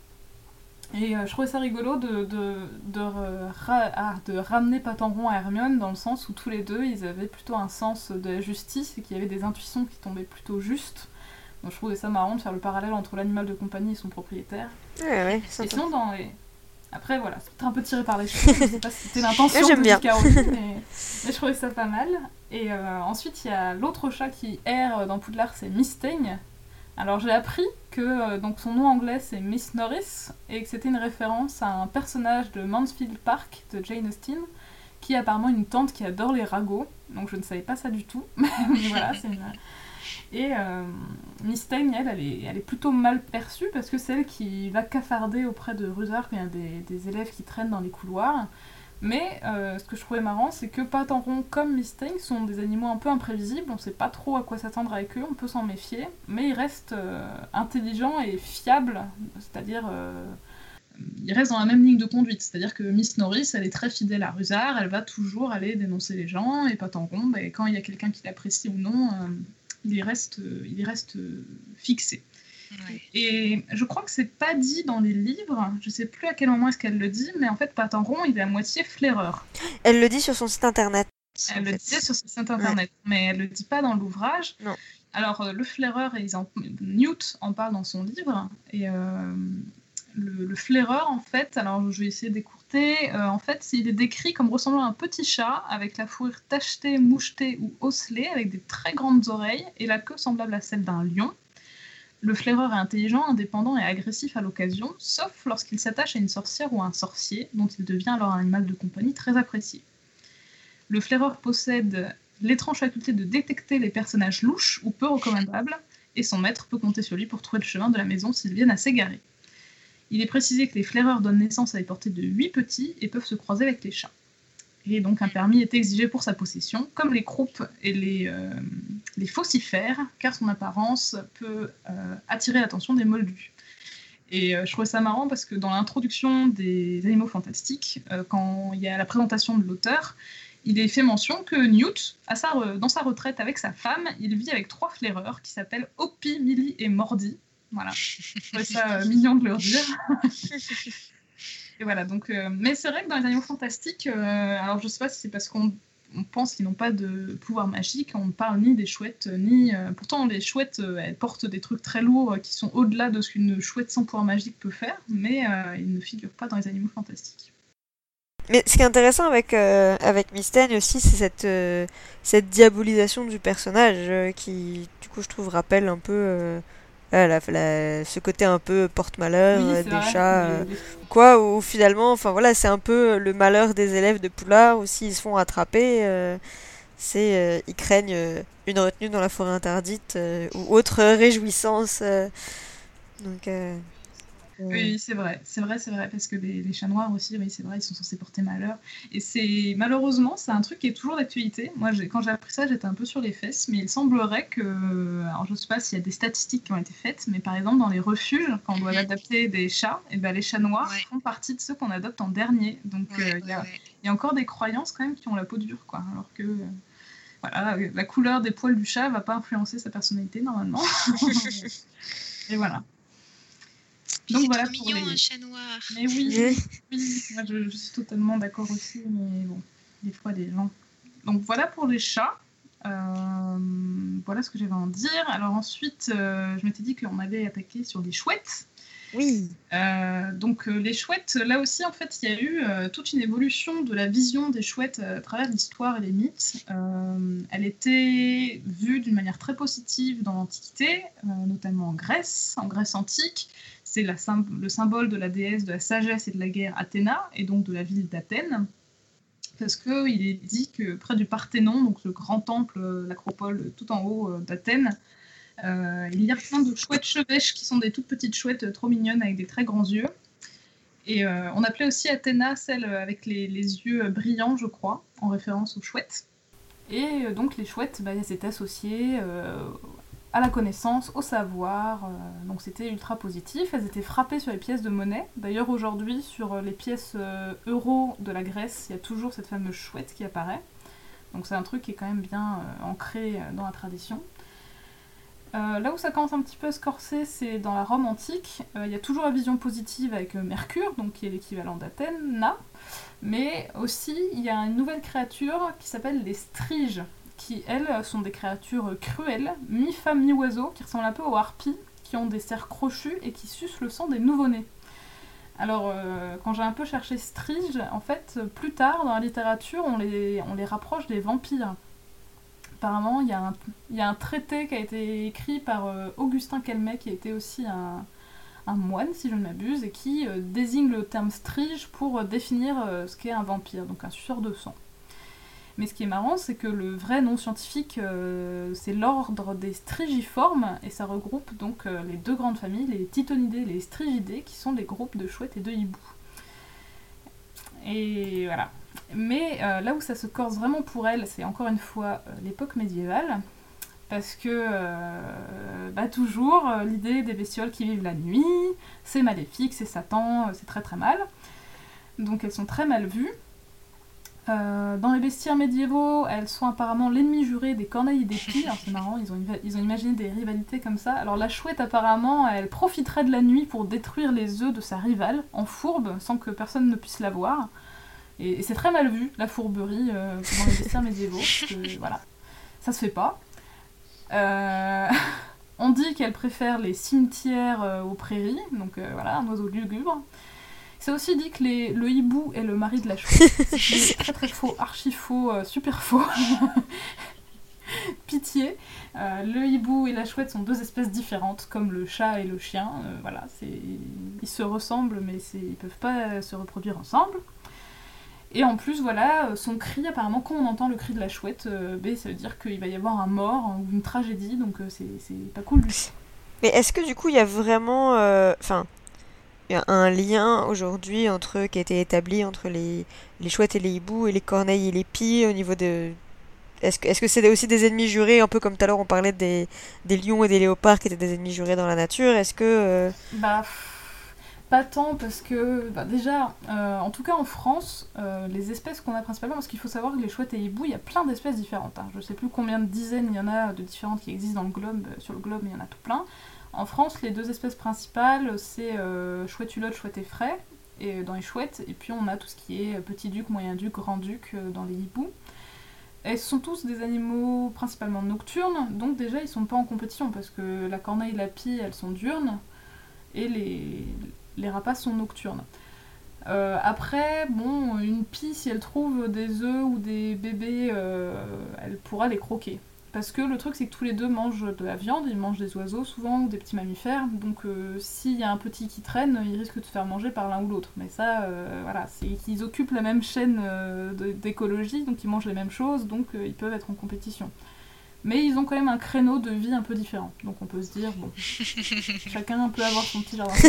Et euh, je trouvais ça rigolo de, de, de, ra- ah, de ramener Patenron à Hermione, dans le sens où tous les deux, ils avaient plutôt un sens de la justice, et qu'il y avait des intuitions qui tombaient plutôt justes. Donc je trouvais ça marrant de faire le parallèle entre l'animal de compagnie et son propriétaire. Ouais, ouais, et sinon, dans les... Après, voilà, c'est un peu tiré par les cheveux, je sais pas si c'était l'intention ouais, de bien. J K Rowling, mais... mais je trouvais ça pas mal. Et euh, ensuite, il y a l'autre chat qui erre dans Poudlard, c'est Mystaigne. Alors, j'ai appris que euh, donc son nom anglais, c'est Miss Norris, et que c'était une référence à un personnage de Mansfield Park, de Jane Austen, qui a apparemment une tante qui adore les ragots, donc je ne savais pas ça du tout, mais voilà, c'est une... Et euh, Mystaigne, elle, elle est, elle est plutôt mal perçue parce que c'est elle qui va cafarder auprès de Rusard quand il y a des, des élèves qui traînent dans les couloirs. Mais euh, ce que je trouvais marrant, c'est que Patenron comme Mystaigne sont des animaux un peu imprévisibles, on sait pas trop à quoi s'attendre avec eux, on peut s'en méfier, mais ils restent euh, intelligents et fiables, c'est-à-dire... Euh, ils restent dans la même ligne de conduite, c'est-à-dire que Miss Norris, elle est très fidèle à Rusard, elle va toujours aller dénoncer les gens, et Patenron, bah, quand il y a quelqu'un qui l'apprécie ou non... Euh, il y reste, il y reste fixé. Ouais. Et je crois que c'est pas dit dans les livres, je sais plus à quel moment est-ce qu'elle le dit, mais en fait, Patenron, il est à moitié flaireur. Elle le dit sur son site internet. Elle en le fait. disait sur son site internet, ouais. Mais elle le dit pas dans l'ouvrage. Non. Alors, euh, le flaireur, ils en... Newt en parle dans son livre, et euh, le, le flaireur, en fait, alors je vais essayer d'écourter, euh, en fait, il est décrit comme ressemblant à un petit chat, avec la fourrure tachetée, mouchetée ou osselée, avec des très grandes oreilles, et la queue semblable à celle d'un lion. Le flaireur est intelligent, indépendant et agressif à l'occasion, sauf lorsqu'il s'attache à une sorcière ou à un sorcier, dont il devient alors un animal de compagnie très apprécié. Le flaireur possède l'étrange faculté de détecter les personnages louches ou peu recommandables, et son maître peut compter sur lui pour trouver le chemin de la maison s'ils viennent à s'égarer. Il est précisé que les flaireurs donnent naissance à des portées de huit petits et peuvent se croiser avec les chats. Et donc un permis est exigé pour sa possession, comme les croupes et les, euh, les faucifères, car son apparence peut euh, attirer l'attention des moldus. Et euh, je trouvais ça marrant parce que dans l'introduction des Animaux Fantastiques, euh, quand il y a la présentation de l'auteur, il est fait mention que Newt, à sa re- dans sa retraite avec sa femme, il vit avec trois flaireurs qui s'appellent Hoppy, Millie et Mordy. Voilà, je trouvais ça euh, mignon de leur dire. Et voilà, donc, euh, mais c'est vrai que dans les Animaux Fantastiques, euh, alors je sais pas si c'est parce qu'on on pense qu'ils n'ont pas de pouvoir magique, on ne parle ni des chouettes, ni... Euh, pourtant, les chouettes, euh, elles portent des trucs très lourds euh, qui sont au-delà de ce qu'une chouette sans pouvoir magique peut faire, mais euh, ils ne figurent pas dans les Animaux Fantastiques. Mais ce qui est intéressant avec, euh, avec Mystaigne aussi, c'est cette, euh, cette diabolisation du personnage euh, qui, du coup, je trouve, rappelle un peu euh, la, la, la- ce côté un peu porte-malheur Oui, euh, c'est des vrai. chats. Les- euh, les- quoi, où finalement, enfin voilà, c'est un peu le malheur des élèves de Poulard, où s'ils se font attraper, euh, c'est euh, ils craignent euh, une retenue dans la forêt interdite euh, ou autre réjouissance. euh. donc, euh, Oui, c'est vrai, c'est vrai, c'est vrai, parce que les, les chats noirs aussi, oui, c'est vrai, ils sont censés porter malheur. Et c'est malheureusement, c'est un truc qui est toujours d'actualité. Moi, j'ai- quand j'ai appris ça, j'étais un peu sur les fesses, mais il semblerait que, alors je sais pas s'il y a des statistiques qui ont été faites, mais par exemple dans les refuges, quand on doit adopter des chats, et ben les chats noirs Ouais. font partie de ceux qu'on adopte en dernier. Donc il Ouais, y, a- ouais, ouais. y a encore des croyances quand même qui ont la peau dure, quoi. Alors que euh, voilà, la couleur des poils du chat va pas influencer sa personnalité normalement. Et voilà. Puis Donc c'est voilà trop pour mignon, les- un chat noir. Mais oui, Oui. oui, moi je, je suis totalement d'accord aussi, mais bon, des fois les gens. Donc voilà pour les chats. Euh, voilà ce que j'avais à en dire. Alors ensuite, euh, je m'étais dit qu'on allait attaquer sur les chouettes. oui. Euh, donc euh, les chouettes, là aussi en fait, il y a eu euh, toute une évolution de la vision des chouettes à travers l'histoire et les mythes. Euh, elle était vue d'une manière très positive dans l'Antiquité, euh, notamment en Grèce, en Grèce antique. C'est la sym- le symbole de la déesse de la sagesse et de la guerre Athéna, et donc de la ville d'Athènes. Parce qu'il est dit que près du Parthénon, donc le grand temple, euh, l'acropole tout en haut euh, d'Athènes, euh, il y a plein de chouettes chevêches qui sont des toutes petites chouettes euh, trop mignonnes avec des très grands yeux. Et euh, on appelait aussi Athéna celle avec les, les yeux brillants, je crois, en référence aux chouettes. Et euh, donc les chouettes, bah, elles étaient associées euh, à la connaissance, au savoir, euh, donc c'était ultra positif. Elles étaient frappées sur les pièces de monnaie. D'ailleurs aujourd'hui, sur les pièces euh, euros de la Grèce, il y a toujours cette fameuse chouette qui apparaît. Donc c'est un truc qui est quand même bien euh, ancré euh, dans la tradition. Euh, là où ça commence un petit peu à se corser, c'est dans la Rome antique. Il euh, y a toujours la vision positive avec euh, Mercure, donc qui est l'équivalent d'Athéna, mais aussi il y a une nouvelle créature qui s'appelle les striges, qui elles sont des créatures cruelles, mi-femme mi-oiseau, qui ressemblent un peu aux harpies, qui ont des serres crochues et qui sucent le sang des nouveau-nés. Alors, euh, quand j'ai un peu cherché striges, en fait, plus tard dans la littérature, on les, on les rapproche des vampires. Apparemment, il y, a un, il y a un traité qui a été écrit par euh, Augustin Calmet, qui était aussi un, un moine, si je ne m'abuse, et qui euh, désigne le terme strige pour euh, définir euh, ce qu'est un vampire, donc un suceur de sang. Mais ce qui est marrant, c'est que le vrai nom scientifique, euh, c'est l'ordre des strigiformes, et ça regroupe donc euh, les deux grandes familles, les titonidés et les strigidés, qui sont des groupes de chouettes et de hiboux. Et voilà. Mais euh, là où ça se corse vraiment pour elle, c'est encore une fois euh, l'époque médiévale, parce que euh, bah, toujours euh, l'idée des bestioles qui vivent la nuit, c'est maléfique, c'est Satan, euh, c'est très très mal. Donc elles sont très mal vues. Euh, dans les bestiaires médiévaux, elles sont apparemment l'ennemi juré des corneilles et des pies. Alors c'est marrant, ils ont, ils ont imaginé des rivalités comme ça. Alors la chouette, apparemment, elle profiterait de la nuit pour détruire les œufs de sa rivale en fourbe, sans que personne ne puisse la voir. Et, et c'est très mal vu, la fourberie, euh, dans les bestiaires médiévaux. Parce que, voilà, ça se fait pas. Euh... On dit qu'elle préfère les cimetières euh, aux prairies, donc euh, voilà, un oiseau lugubre. C'est aussi dit que les, le hibou est le mari de la chouette. C'est très très faux, archi faux, euh, super faux. Pitié. Euh, le hibou et la chouette sont deux espèces différentes, comme le chat et le chien. Euh, voilà, c'est... ils se ressemblent, mais c'est... ils peuvent pas se reproduire ensemble. Et en plus, voilà, son cri, apparemment, quand on entend le cri de la chouette, euh, ben, ça veut dire qu'il va y avoir un mort ou une tragédie, donc euh, c'est, c'est pas cool du tout. Mais est-ce que du coup il y a vraiment, enfin, il y a un lien aujourd'hui entre qui a été établi entre les les chouettes et les hiboux et les corneilles et les pies au niveau de est-ce que est-ce que c'est aussi des ennemis jurés un peu comme tout à l'heure on parlait des des lions et des léopards qui étaient des ennemis jurés dans la nature, est-ce que euh... Bah pas tant parce que bah, déjà euh, en tout cas en France euh, les espèces qu'on a principalement, parce qu'il faut savoir que les chouettes et hiboux il y a plein d'espèces différentes, hein. Je sais plus combien de dizaines il y en a de différentes qui existent dans le globe, sur le globe il y en a tout plein. En France, les deux espèces principales, c'est euh, chouette hulotte, chouette effraie, et dans les chouettes, et puis on a tout ce qui est petit duc, moyen duc, grand duc euh, dans les hiboux. Elles sont tous des animaux principalement nocturnes, donc déjà ils sont pas en compétition, parce que la corneille et la pie, elles sont diurnes, et les, les rapaces sont nocturnes. Euh, après, bon, une pie, si elle trouve des œufs ou des bébés, euh, elle pourra les croquer. Parce que le truc, c'est que tous les deux mangent de la viande, ils mangent des oiseaux souvent, ou des petits mammifères, donc euh, s'il y a un petit qui traîne, il risque de se faire manger par l'un ou l'autre. Mais ça, euh, voilà, c'est qu'ils occupent la même chaîne euh, de, d'écologie, donc ils mangent les mêmes choses, donc euh, ils peuvent être en compétition. Mais ils ont quand même un créneau de vie un peu différent, donc on peut se dire, bon, chacun peut avoir son petit jardin.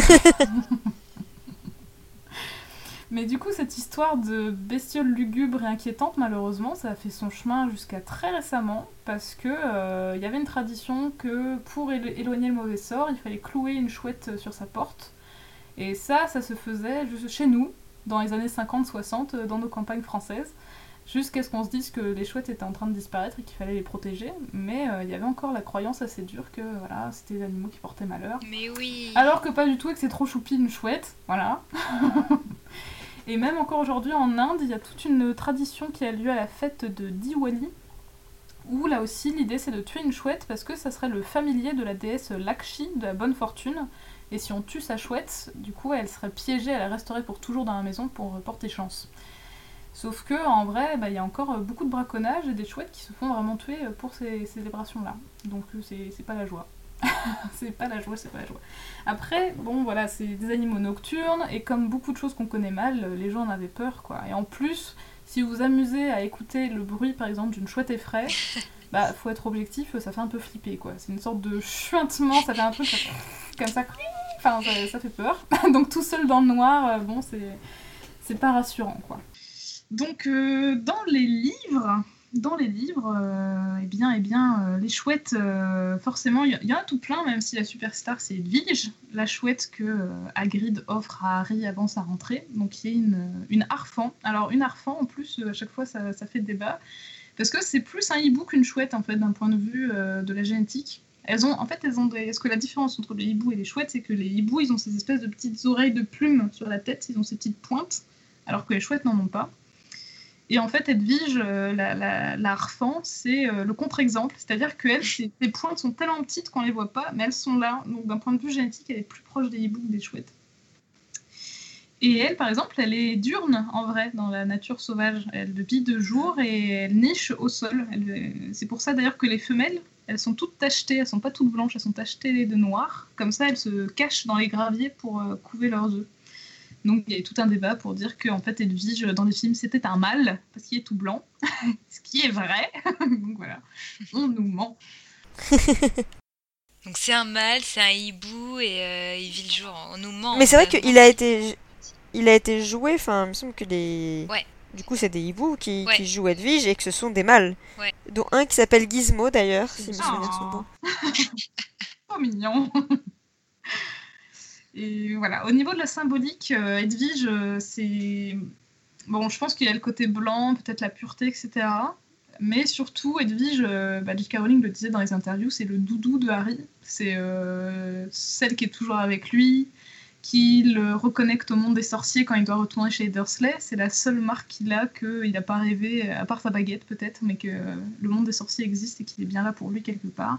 Mais du coup, cette histoire de bestiole lugubre et inquiétante, malheureusement, ça a fait son chemin jusqu'à très récemment, parce que euh, y avait une tradition que pour élo- éloigner le mauvais sort, il fallait clouer une chouette sur sa porte. Et ça, ça se faisait juste chez nous, dans les années cinquante soixante, dans nos campagnes françaises, jusqu'à ce qu'on se dise que les chouettes étaient en train de disparaître et qu'il fallait les protéger. Mais il euh, y avait encore la croyance assez dure que voilà, c'était des animaux qui portaient malheur. Mais oui. Alors que pas du tout, et que c'est trop choupi une chouette, voilà. Et même encore aujourd'hui en Inde, il y a toute une tradition qui a lieu à la fête de Diwali, où là aussi l'idée c'est de tuer une chouette parce que ça serait le familier de la déesse Lakshmi, de la bonne fortune, et si on tue sa chouette, du coup elle serait piégée, elle resterait pour toujours dans la maison pour porter chance. Sauf que en vrai, bah, y a encore beaucoup de braconnage et des chouettes qui se font vraiment tuer pour ces célébrations-là. Donc c'est, c'est pas la joie. c'est pas la joie, c'est pas la joie. Après, bon voilà, c'est des animaux nocturnes, et comme beaucoup de choses qu'on connaît mal, les gens en avaient peur, quoi. Et en plus, si vous vous amusez à écouter le bruit, par exemple, d'une chouette effraie, bah, faut être objectif, ça fait un peu flipper, quoi. C'est une sorte de chuintement, ça fait un truc comme ça, enfin, ça, ça fait peur. Donc tout seul dans le noir, bon, c'est, c'est pas rassurant, quoi. Donc, euh, dans les livres... Dans les livres, euh, eh bien, eh bien euh, les chouettes, euh, forcément, il y, y en a tout plein, même si la superstar c'est Edwige, la chouette que euh, Hagrid offre à Harry avant sa rentrée. Donc il y a une, une harfang. Alors une harfang, en plus, à chaque fois, ça, ça fait débat, parce que c'est plus un hibou qu'une chouette, en fait, d'un point de vue euh, de la génétique. Elles ont, en fait, elles ont des... Parce que la différence entre les hiboux et les chouettes, c'est que les hiboux, ils ont ces espèces de petites oreilles de plumes sur la tête, ils ont ces petites pointes, alors que les chouettes n'en ont pas. Et en fait, Edwige, euh, la, la, la harfang, c'est euh, le contre-exemple. C'est-à-dire qu'elles, ses, ses pointes sont tellement petites qu'on ne les voit pas, mais elles sont là. Donc d'un point de vue génétique, elle est plus proche des hiboux que des chouettes. Et elle, par exemple, elle est diurne, en vrai, dans la nature sauvage. Elle vit de jour et elle niche au sol. Elle, c'est pour ça d'ailleurs que les femelles, elles sont toutes tachetées, elles ne sont pas toutes blanches, elles sont tachetées de noir. Comme ça, elles se cachent dans les graviers pour euh, couver leurs œufs. Donc il y a eu tout un débat pour dire qu'en fait Edwige dans les films c'était un mâle parce qu'il est tout blanc, ce qui est vrai. Donc voilà, on nous ment. Donc c'est un mâle, c'est un hibou et euh, il vit le jour. On nous ment. Mais c'est vrai qu'il a été, il a été joué. Enfin, il me semble que les, ouais. Du coup c'est des hiboux qui, ouais. qui jouent Edwige et que ce sont des mâles. Ouais. Dont un qui s'appelle Gizmo d'ailleurs, si mes souvenirs sont bons. Trop mignon. Et voilà, au niveau de la symbolique, euh, Edwige, euh, c'est... bon, je pense qu'il y a le côté blanc, peut-être la pureté, et cetera. Mais surtout, Edwige, euh, bah, J K. Rowling le disait dans les interviews, c'est le doudou de Harry. C'est euh, celle qui est toujours avec lui, qui le reconnecte au monde des sorciers quand il doit retourner chez les Dursley. C'est la seule marque qu'il a qu'il n'a pas rêvé, à part sa baguette peut-être, mais que euh, le monde des sorciers existe et qu'il est bien là pour lui quelque part.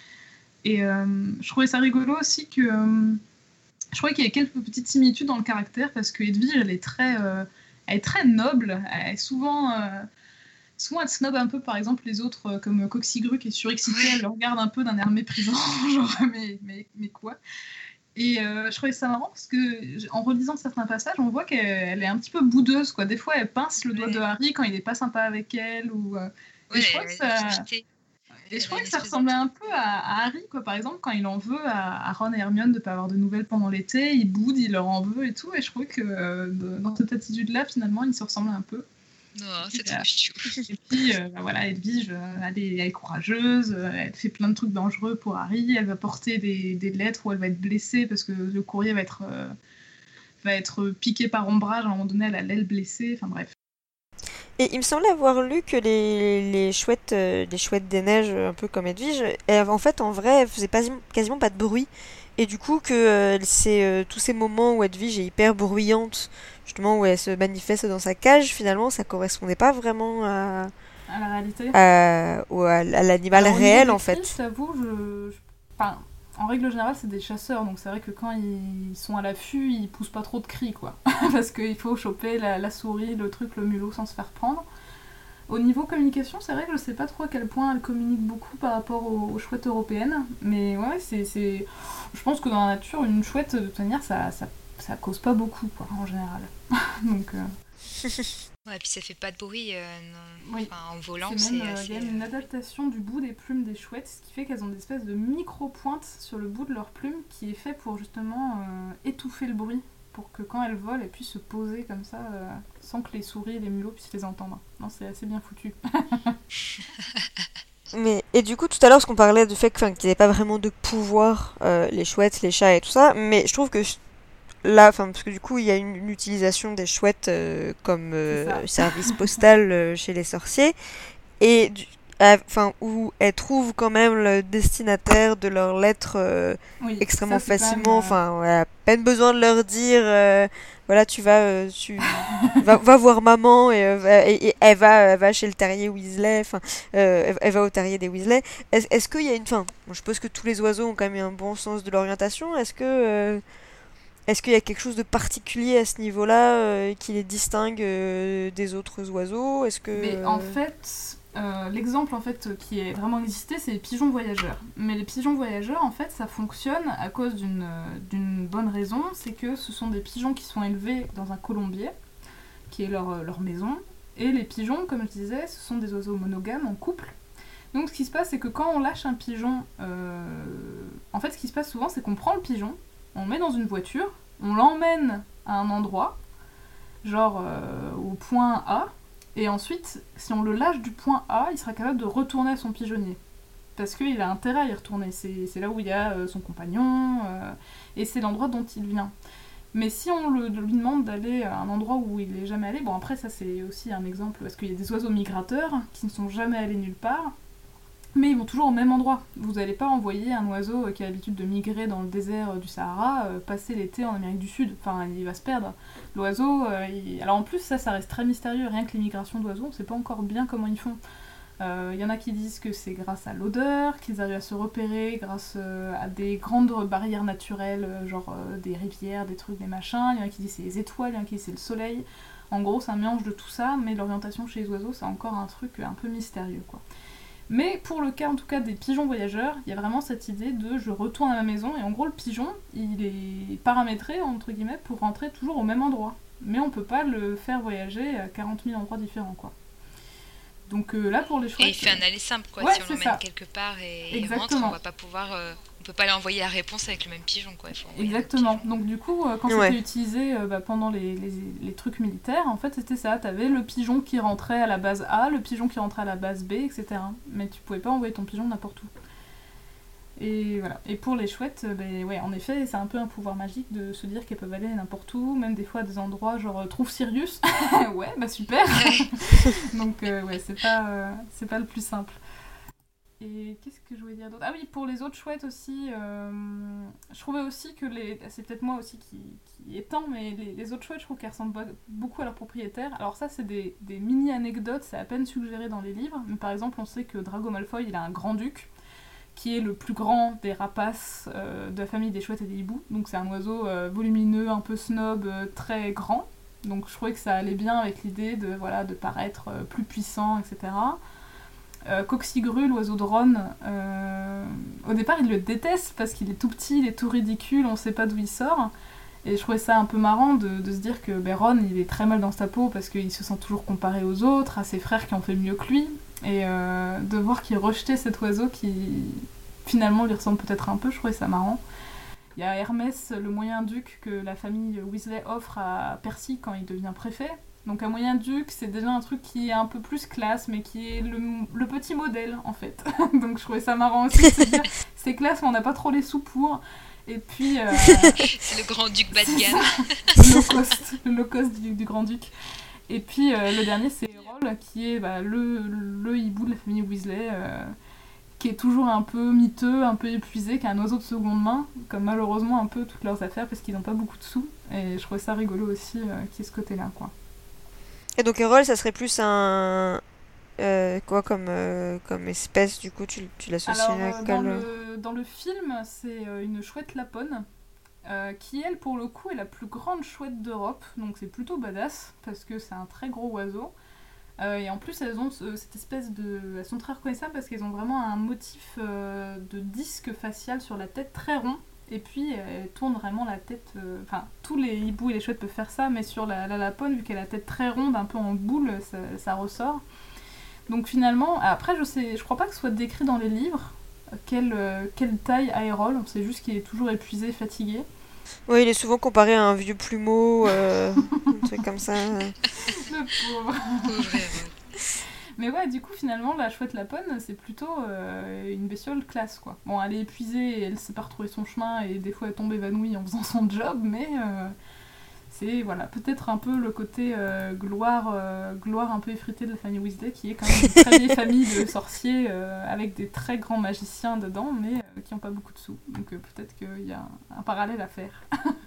Et euh, je trouvais ça rigolo aussi que... Euh, je trouvais qu'il y avait quelques petites similitudes dans le caractère, parce que Edwige, elle est très, euh, elle est très noble. Elle est souvent... Euh, Souvent, elle snob un peu, par exemple, les autres, euh, comme Coxigru, qui est surexcité, elle le regarde un peu d'un air méprisant, genre, mais, mais, mais quoi. Et euh, je trouvais ça marrant, parce que, en relisant certains passages, on voit qu'elle est un petit peu boudeuse, quoi. Des fois, elle pince le doigt ouais. de Harry quand il est pas sympa avec elle, ou... Euh, ouais, et je crois que ça... Et je crois que ça ressemblait un peu à, à Harry, quoi. Par exemple, quand il en veut à, à Ron et Hermione de ne pas avoir de nouvelles pendant l'été, il boude, il leur en veut et tout, et je trouvais que euh, de, dans cette attitude-là, finalement, ils se ressemblaient un peu. Non, c'est trop chou. Et puis, euh, bah voilà, Edwige, elle est, elle est courageuse, elle fait plein de trucs dangereux pour Harry, elle va porter des, des lettres où elle va être blessée parce que le courrier va être, euh, va être piqué par ombrage, à un moment donné, elle a l'aile blessée, enfin bref. Et il me semblait avoir lu que les, les, chouettes, euh, les chouettes des neiges, un peu comme Edwige, elles, en fait, en vrai, elles faisaient pas, quasiment pas de bruit. Et du coup, que euh, c'est euh, tous ces moments où Edwige est hyper bruyante, justement où elle se manifeste dans sa cage, finalement, ça correspondait pas vraiment à, à la réalité, à, ou à, à l'animal alors, réel, en fait. Je t'avoue, je, je... Enfin, en règle générale, c'est des chasseurs, donc c'est vrai que quand ils sont à l'affût, ils poussent pas trop de cris, quoi, parce qu'il faut choper la, la souris, le truc, le mulot sans se faire prendre. Au niveau communication, c'est vrai que je sais pas trop à quel point elle communique beaucoup par rapport aux, aux chouettes européennes, mais ouais, c'est, c'est... je pense que dans la nature, une chouette, de toute manière, ça, ça, ça cause pas beaucoup, quoi, en général. Donc... Euh... Ouais, puis ça fait pas de bruit, euh, non. Oui. Enfin, en volant, c'est, c'est même, assez... Il y a une adaptation du bout des plumes des chouettes, ce qui fait qu'elles ont des espèces de micro-pointes sur le bout de leurs plumes, qui est fait pour justement euh, étouffer le bruit, pour que quand elles volent, elles puissent se poser comme ça, euh, sans que les souris et les mulots puissent les entendre. Non, c'est assez bien foutu. Mais, et du coup, tout à l'heure, ce qu'on parlait du fait que, qu'ils n'avaient pas vraiment de pouvoir, euh, les chouettes, les chats et tout ça, mais je trouve que là, parce que du coup, il y a une, une utilisation des chouettes euh, comme euh, service postal euh, chez les sorciers, et du, enfin, où elles trouvent quand même le destinataire de leurs lettres euh, oui, extrêmement ça, facilement. Enfin, même, euh... ouais, à peine besoin de leur dire, euh, voilà, tu vas, euh, tu va, va voir maman et, euh, et, et elle va, elle va chez le terrier Weasley. Enfin, euh, elle, elle va au terrier des Weasley. Est-ce, est-ce qu'il y a une, fin, bon, je suppose que tous les oiseaux ont quand même un bon sens de l'orientation. Est-ce que, euh, est-ce qu'il y a quelque chose de particulier à ce niveau-là euh, qui les distingue euh, des autres oiseaux? Est-ce que Mais en fait. Euh, l'exemple en fait qui est vraiment existé, c'est les pigeons voyageurs. Mais les pigeons voyageurs, en fait, ça fonctionne à cause d'une, d'une bonne raison, c'est que ce sont des pigeons qui sont élevés dans un colombier, qui est leur, leur maison. Et les pigeons, comme je disais, ce sont des oiseaux monogames en couple. Donc ce qui se passe, c'est que quand on lâche un pigeon, euh, en fait, ce qui se passe souvent, c'est qu'on prend le pigeon, on le met dans une voiture, on l'emmène à un endroit, genre euh, au point A. Et ensuite, si on le lâche du point A, il sera capable de retourner à son pigeonnier. Parce qu'il a intérêt à y retourner. C'est, c'est là où il y a euh, son compagnon, euh, et c'est l'endroit dont il vient. Mais si on le, lui demande d'aller à un endroit où il n'est jamais allé, bon après ça c'est aussi un exemple, parce qu'il y a des oiseaux migrateurs qui ne sont jamais allés nulle part, mais ils vont toujours au même endroit. Vous n'allez pas envoyer un oiseau qui a l'habitude de migrer dans le désert du Sahara, euh, passer l'été en Amérique du Sud. Enfin, il va se perdre. L'oiseau, euh, il... alors en plus, ça, ça reste très mystérieux. Rien que les migrations d'oiseaux, on ne sait pas encore bien comment ils font. Il euh, y en a qui disent que c'est grâce à l'odeur, qu'ils arrivent à se repérer grâce euh, à des grandes barrières naturelles, euh, genre euh, des rivières, des trucs, des machins. Il y en a qui disent que c'est les étoiles, il y en a qui disent que c'est le soleil. En gros, c'est un mélange de tout ça, mais l'orientation chez les oiseaux, c'est encore un truc un peu mystérieux, quoi. Mais pour le cas en tout cas des pigeons voyageurs, il y a vraiment cette idée de je retourne à ma maison, et en gros le pigeon, il est paramétré entre guillemets pour rentrer toujours au même endroit. Mais on peut pas le faire voyager à quarante mille endroits différents, quoi. Donc euh, là pour les chouettes... Et il fait un aller simple, quoi, ouais, si on l'emmène ça. quelque part et il rentre, on va pas pouvoir... Euh... On peut pas lui envoyer la réponse avec le même pigeon, quoi. Il faut Exactement. Donc du coup, euh, quand ouais. c'était utilisé euh, bah, pendant les, les, les trucs militaires, en fait c'était ça. T'avais le pigeon qui rentrait à la base A, le pigeon qui rentrait à la base B, et cetera. Mais tu pouvais pas envoyer ton pigeon n'importe où. Et voilà. Et pour les chouettes, euh, ben, ouais, en effet, c'est un peu un pouvoir magique de se dire qu'elles peuvent aller n'importe où, même des fois à des endroits genre euh, trouve Sirius. Ouais, bah super. Donc euh, ouais, c'est pas, euh, c'est pas le plus simple. Et qu'est-ce que je voulais dire d'autre? Ah oui, pour les autres chouettes aussi, euh, je trouvais aussi que les... C'est peut-être moi aussi qui, qui étends, mais les, les autres chouettes, je trouve qu'elles ressemblent beaucoup à leurs propriétaires. Alors ça, c'est des, des mini-anecdotes, c'est à peine suggéré dans les livres. Mais par exemple, on sait que Drago Malfoy, il a un grand-duc, qui est le plus grand des rapaces euh, de la famille des chouettes et des hiboux. Donc c'est un oiseau euh, volumineux, un peu snob, euh, très grand. Donc je trouvais que ça allait bien avec l'idée de, voilà, de paraître euh, plus puissant, et cetera. Euh, Coxigru, l'oiseau de Ron, euh, au départ il le déteste parce qu'il est tout petit, il est tout ridicule, on sait pas d'où il sort. Et je trouvais ça un peu marrant de, de se dire que ben, Ron il est très mal dans sa peau parce qu'il se sent toujours comparé aux autres, à ses frères qui ont fait mieux que lui. Et euh, de voir qu'il rejetait cet oiseau qui finalement lui ressemble peut-être un peu, je trouvais ça marrant. Il y a Hermès, le moyen-duc que la famille Weasley offre à Percy quand il devient préfet. Donc un moyen-duc, c'est déjà un truc qui est un peu plus classe, mais qui est le, le petit modèle, en fait. Donc je trouvais ça marrant aussi de se dire, c'est classe, mais on n'a pas trop les sous pour. Et puis... Euh, c'est le grand-duc bas de gamme. Le low cost, le low cost du, du grand-duc. Et puis euh, le dernier, c'est Errol, qui est bah, le, le hibou de la famille Weasley, euh, qui est toujours un peu miteux, un peu épuisé, qui est un oiseau de seconde main, comme malheureusement un peu toutes leurs affaires, parce qu'ils n'ont pas beaucoup de sous. Et je trouvais ça rigolo aussi, euh, qu'il y ait ce côté-là, quoi. Et donc Errol, ça serait plus un... Euh, quoi comme, euh, comme espèce, du coup, tu, tu l'associes Alors, à euh, quel... dans, le, dans le film, c'est euh, une chouette lapone, euh, qui, elle, pour le coup, est la plus grande chouette d'Europe, donc c'est plutôt badass, parce que c'est un très gros oiseau. Euh, et en plus, elles ont ce, cette espèce de... Elles sont très reconnaissables parce qu'elles ont vraiment un motif euh, de disque facial sur la tête très rond. Et puis, elles tournent vraiment la tête... euh, Enfin, tous les hiboux et les chouettes peuvent faire ça, mais sur la, la lapone, vu qu'elle a la tête très ronde, un peu en boule, ça, ça ressort. Donc finalement, après, je sais, je crois pas que ce soit décrit dans les livres quelle, euh, quelle taille a Errol. On sait juste qu'il est toujours épuisé, fatigué. Oui, il est souvent comparé à un vieux plumeau, euh, un truc comme ça. Le pauvre. Pauvre Errol. Mais ouais, du coup, finalement, la chouette lapone, c'est plutôt euh, une bestiole classe, quoi. Bon, elle est épuisée, et elle sait pas retrouver son chemin, et des fois elle tombe évanouie en faisant son job, mais euh, c'est, voilà, peut-être un peu le côté euh, gloire, euh, gloire un peu effritée de la famille Weasley, qui est quand même une très vieille famille de sorciers, euh, avec des très grands magiciens dedans, mais euh, qui n'ont pas beaucoup de sous. Donc euh, peut-être qu'il y a un, un parallèle à faire.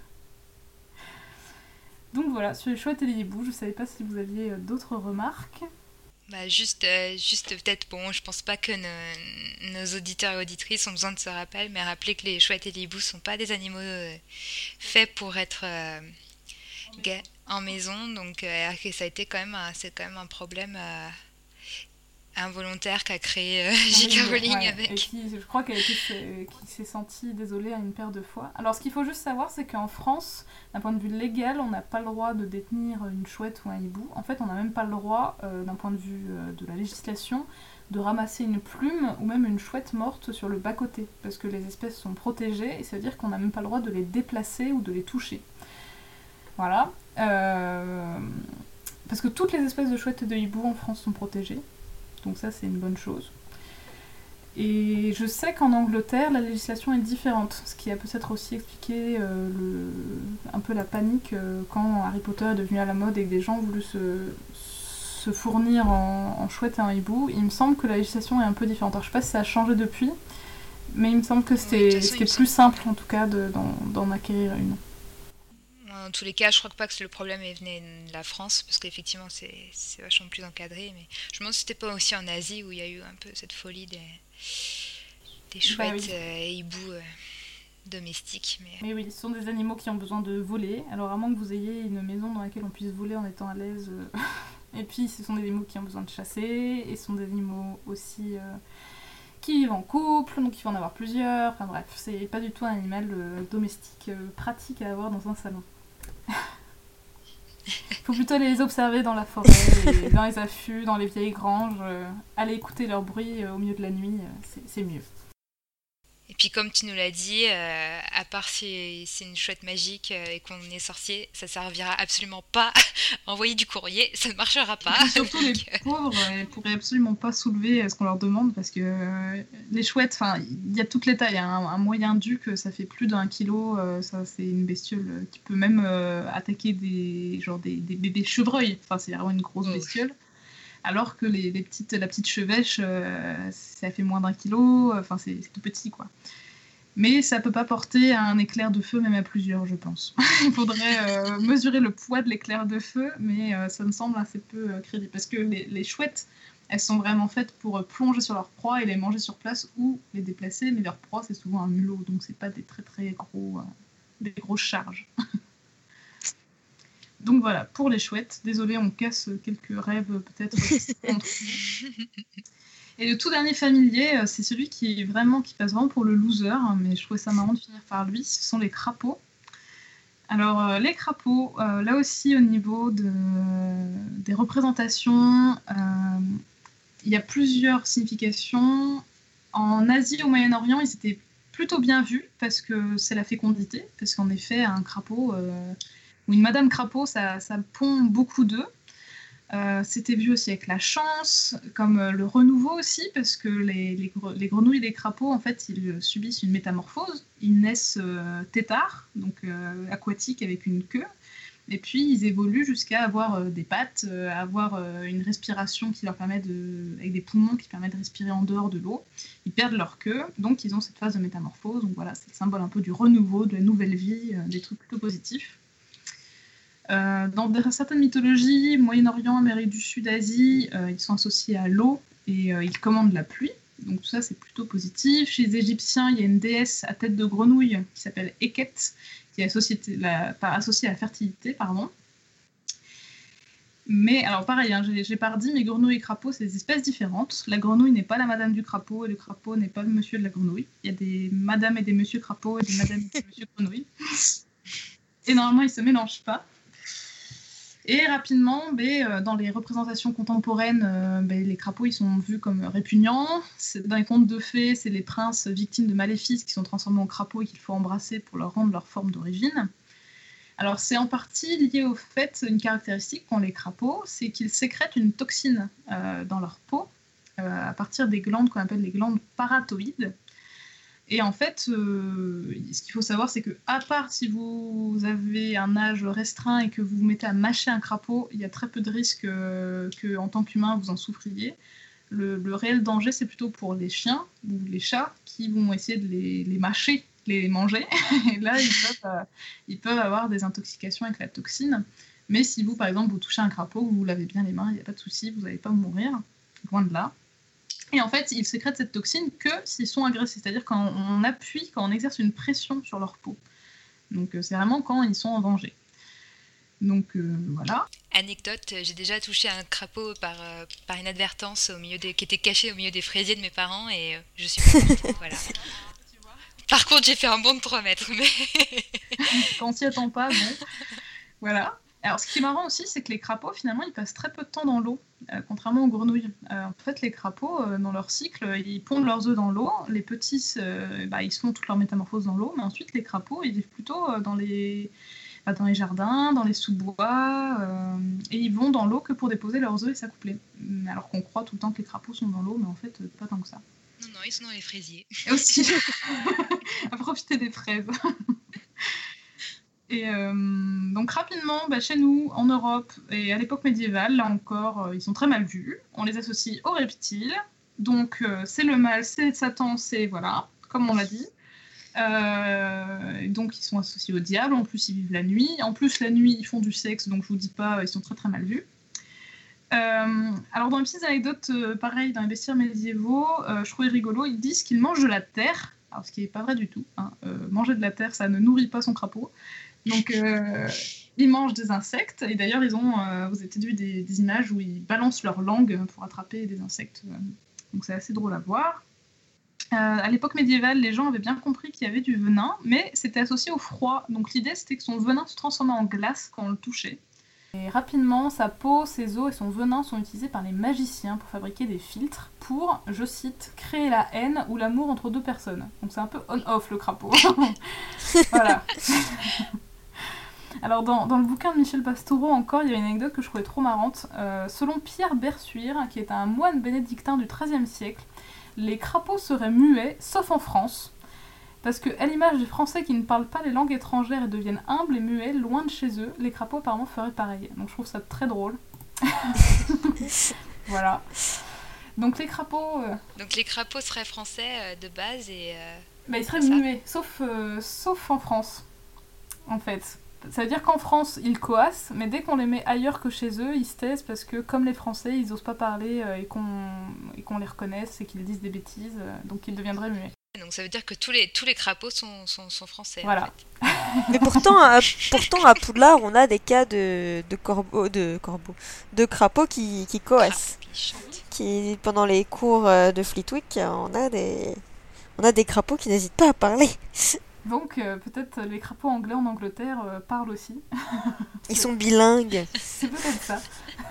Donc voilà, sur les chouettes et les hiboux, je savais pas si vous aviez euh, d'autres remarques. Bah juste, euh, juste peut-être, bon, je pense pas que nos, nos auditeurs et auditrices ont besoin de ce rappel, mais rappeler que les chouettes et les hiboux sont pas des animaux euh, faits pour être euh, ga- en maison, donc euh, que ça a été quand même, un, c'est quand même un problème euh, involontaire qu'a créé euh, J K. Rowling Ouais, avec. et qui, je crois qu'elle était, qui s'est sentie désolée à une paire de fois. Alors ce qu'il faut juste savoir, c'est qu'en France, d'un point de vue légal, on n'a pas le droit de détenir une chouette ou un hibou. En fait, on n'a même pas le droit, euh, d'un point de vue euh, de la législation, de ramasser une plume ou même une chouette morte sur le bas-côté, parce que les espèces sont protégées, et ça veut dire qu'on n'a même pas le droit de les déplacer ou de les toucher. Voilà. Euh... Parce que toutes les espèces de chouettes et de hiboux en France sont protégées. Donc ça, c'est une bonne chose. Et je sais qu'en Angleterre, la législation est différente, ce qui a peut-être aussi expliqué euh, le... un peu la panique euh, quand Harry Potter est devenu à la mode et que des gens voulaient se, se fournir en... en chouette et en hibou. Il me semble que la législation est un peu différente. Alors je sais pas si ça a changé depuis, mais il me semble que c'était, Oui, c'était plus simple en tout cas de, d'en, d'en acquérir une. En tous les cas, je crois pas que le problème est venu de la France, parce qu'effectivement, c'est, c'est vachement plus encadré. Mais je me demande si c'était pas aussi en Asie où il y a eu un peu cette folie des, des chouettes Bah oui. euh, et hiboux euh, domestiques. Mais... Mais oui, ce sont des animaux qui ont besoin de voler. Alors à moins que vous ayez une maison dans laquelle on puisse voler en étant à l'aise. Euh... Et puis ce sont des animaux qui ont besoin de chasser, et ce sont des animaux aussi euh, qui vivent en couple, donc il faut en avoir plusieurs. Enfin bref, c'est pas du tout un animal euh, domestique euh, pratique à avoir dans un salon. Il faut plutôt les observer dans la forêt, et dans les affûts, dans les vieilles granges, euh, aller écouter leur bruit euh, au milieu de la nuit, euh, c'est, c'est mieux. Et puis comme tu nous l'as dit, euh, à part si c'est une chouette magique euh, et qu'on est sorcier, ça servira absolument pas à envoyer du courrier, ça ne marchera Et pas. puis surtout, les Donc, euh, pauvres, euh, elles pourraient absolument pas soulever euh, ce qu'on leur demande parce que euh, les chouettes, enfin, il y a toutes les tailles. Hein. Un, un moyen duc, ça fait plus d'un kilo. Euh, ça, c'est une bestiole euh, qui peut même euh, attaquer des, genre des, des bébés chevreuils. Enfin, c'est vraiment une grosse oh. bestiole. Alors que les, les petites, la petite chevêche, euh, ça fait moins d'un kilo. Enfin, c'est, c'est tout petit, quoi. Mais ça peut pas porter un éclair de feu, même à plusieurs, je pense. Il faudrait euh, mesurer le poids de l'éclair de feu, mais euh, ça me semble assez peu euh, crédible. Parce que les, les chouettes, elles sont vraiment faites pour plonger sur leur proie et les manger sur place ou les déplacer, mais leur proie, c'est souvent un mulot, donc c'est pas des très très gros, euh, des grosses charges. Donc voilà, pour les chouettes, désolé, on casse quelques rêves peut-être. Et le tout dernier familier, c'est celui qui est vraiment qui passe vraiment pour le loser, mais je trouvais ça marrant de finir par lui. Ce sont les crapauds. Alors euh, les crapauds, euh, là aussi au niveau de, des représentations, euh, il y a plusieurs significations. En Asie, au Moyen-Orient, ils étaient plutôt bien vus parce que c'est la fécondité, parce qu'en effet, un crapaud euh, ou une madame crapaud, ça, ça pond beaucoup d'œufs. Euh, c'était vu aussi avec la chance, comme euh, le renouveau aussi, parce que les, les, les grenouilles et les crapauds, en fait, ils subissent une métamorphose. Ils naissent euh, têtards, donc euh, aquatiques avec une queue, et puis ils évoluent jusqu'à avoir euh, des pattes, euh, avoir euh, une respiration qui leur permet de, avec des poumons qui permettent de respirer en dehors de l'eau. Ils perdent leur queue, donc ils ont cette phase de métamorphose. Donc voilà, c'est le symbole un peu du renouveau, de la nouvelle vie, euh, des trucs plutôt positifs. Euh, dans des, certaines mythologies, Moyen-Orient, Amérique du Sud, Asie, euh, ils sont associés à l'eau et euh, ils commandent la pluie. Donc tout ça, c'est plutôt positif. Chez les Égyptiens, il y a une déesse à tête de grenouille qui s'appelle Eket, qui est associée, la, associée à la fertilité. Pardon. Mais alors pareil, hein, j'ai, j'ai pas redit, mais grenouilles et crapauds, c'est des espèces différentes. La grenouille n'est pas la madame du crapaud et le crapaud n'est pas le monsieur de la grenouille. Il y a des madames et des monsieur crapauds et des madames et des monsieur grenouilles. Et normalement, ils ne se mélangent pas. Et rapidement, ben, dans les représentations contemporaines, ben, les crapauds ils sont vus comme répugnants. C'est, dans les contes de fées, c'est les princes victimes de maléfices qui sont transformés en crapauds et qu'il faut embrasser pour leur rendre leur forme d'origine. Alors c'est en partie lié au fait, une caractéristique qu'ont les crapauds, c'est qu'ils sécrètent une toxine euh, dans leur peau euh, à partir des glandes qu'on appelle les glandes paratoïdes. Et en fait, euh, ce qu'il faut savoir, c'est que, à part si vous avez un âge restreint et que vous vous mettez à mâcher un crapaud, il y a très peu de risques euh, qu'en tant qu'humain, vous en souffriez. Le, le réel danger, c'est plutôt pour les chiens ou les chats qui vont essayer de les, les mâcher, les manger. Et là, ils peuvent, euh, ils peuvent avoir des intoxications avec la toxine. Mais si vous, par exemple, vous touchez un crapaud, vous vous lavez bien les mains, il n'y a pas de souci, vous n'allez pas mourir. Loin de là. Et en fait, ils sécrètent cette toxine que s'ils sont agressés, c'est-à-dire quand on appuie, quand on exerce une pression sur leur peau. Donc c'est vraiment quand ils sont en danger. Donc euh, voilà. Anecdote, j'ai déjà touché un crapaud par, euh, par inadvertance au milieu des, qui était caché au milieu des fraisiers de mes parents et euh, je suis contente, voilà. Par contre, j'ai fait un bond de trois mètres. Mais... quand on s'y attend pas, bon. Voilà. Alors, ce qui est marrant aussi, c'est que les crapauds, finalement, ils passent très peu de temps dans l'eau, euh, contrairement aux grenouilles. Euh, en fait, les crapauds, euh, dans leur cycle, ils pondent leurs œufs dans l'eau. Les petits, euh, bah, ils se font toute leur métamorphose dans l'eau, mais ensuite, les crapauds, ils vivent plutôt euh, dans, les... Bah, dans les jardins, dans les sous-bois, euh, et ils vont dans l'eau que pour déposer leurs œufs et s'accoupler. Alors qu'on croit tout le temps que les crapauds sont dans l'eau, mais en fait, euh, pas tant que ça. Non, non, ils sont dans les fraisiers. Et aussi, à profiter des fraises. Et euh, donc rapidement, bah, chez nous, en Europe et à l'époque médiévale, là encore, euh, ils sont très mal vus. On les associe aux reptiles. Donc euh, c'est le mal, c'est Satan, c'est voilà, comme on l'a dit. Euh, donc ils sont associés au diable. En plus, ils vivent la nuit. En plus, la nuit, ils font du sexe. Donc je vous dis pas, ils sont très très mal vus. Euh, alors dans les petites anecdotes, euh, pareil, dans les bestiaires médiévaux, euh, je trouvais rigolo. Ils disent qu'ils mangent de la terre. Alors ce qui n'est pas vrai du tout. Hein. Euh, manger de la terre, ça ne nourrit pas son crapaud. Donc, euh, ils mangent des insectes. Et d'ailleurs, ils ont, euh, vous avez peut-être vu des, des images où ils balancent leur langue pour attraper des insectes. Donc, c'est assez drôle à voir. Euh, à l'époque médiévale, les gens avaient bien compris qu'il y avait du venin, mais c'était associé au froid. Donc, l'idée, c'était que son venin se transformait en glace quand on le touchait. Et rapidement, sa peau, ses os et son venin sont utilisés par les magiciens pour fabriquer des filtres pour, je cite, créer la haine ou l'amour entre deux personnes. Donc c'est un peu on-off le crapaud. Voilà. Alors dans, dans le bouquin de Michel Pastoureau encore, il y a une anecdote que je trouvais trop marrante. Euh, selon Pierre Bersuire, qui est un moine bénédictin du treizième siècle, les crapauds seraient muets, sauf en France. Parce que, à l'image des Français qui ne parlent pas les langues étrangères et deviennent humbles et muets, loin de chez eux, les crapauds apparemment feraient pareil. Donc je trouve ça très drôle. Voilà. Donc les crapauds... Euh... Donc les crapauds seraient français euh, de base et... Euh, bah, ils seraient muets, sauf, euh, sauf en France, en fait. Ça veut dire qu'en France, ils coassent, mais dès qu'on les met ailleurs que chez eux, ils se taisent parce que, comme les Français, ils n'osent pas parler euh, et, qu'on, et qu'on les reconnaisse et qu'ils disent des bêtises, euh, donc ils deviendraient muets. Donc ça veut dire que tous les, tous les crapauds sont, sont, sont français. Voilà. En fait. Mais pourtant, à, pourtant, à Poudlard, on a des cas de, de corbeaux, de corbeaux, de crapauds qui, qui coassent. Crapauds qui chantent. Qui, pendant les cours de Fleetwick, on a des, on a des crapauds qui n'hésitent pas à parler. Donc euh, peut-être les crapauds anglais en Angleterre euh, parlent aussi. Ils sont bilingues. C'est peut-être ça.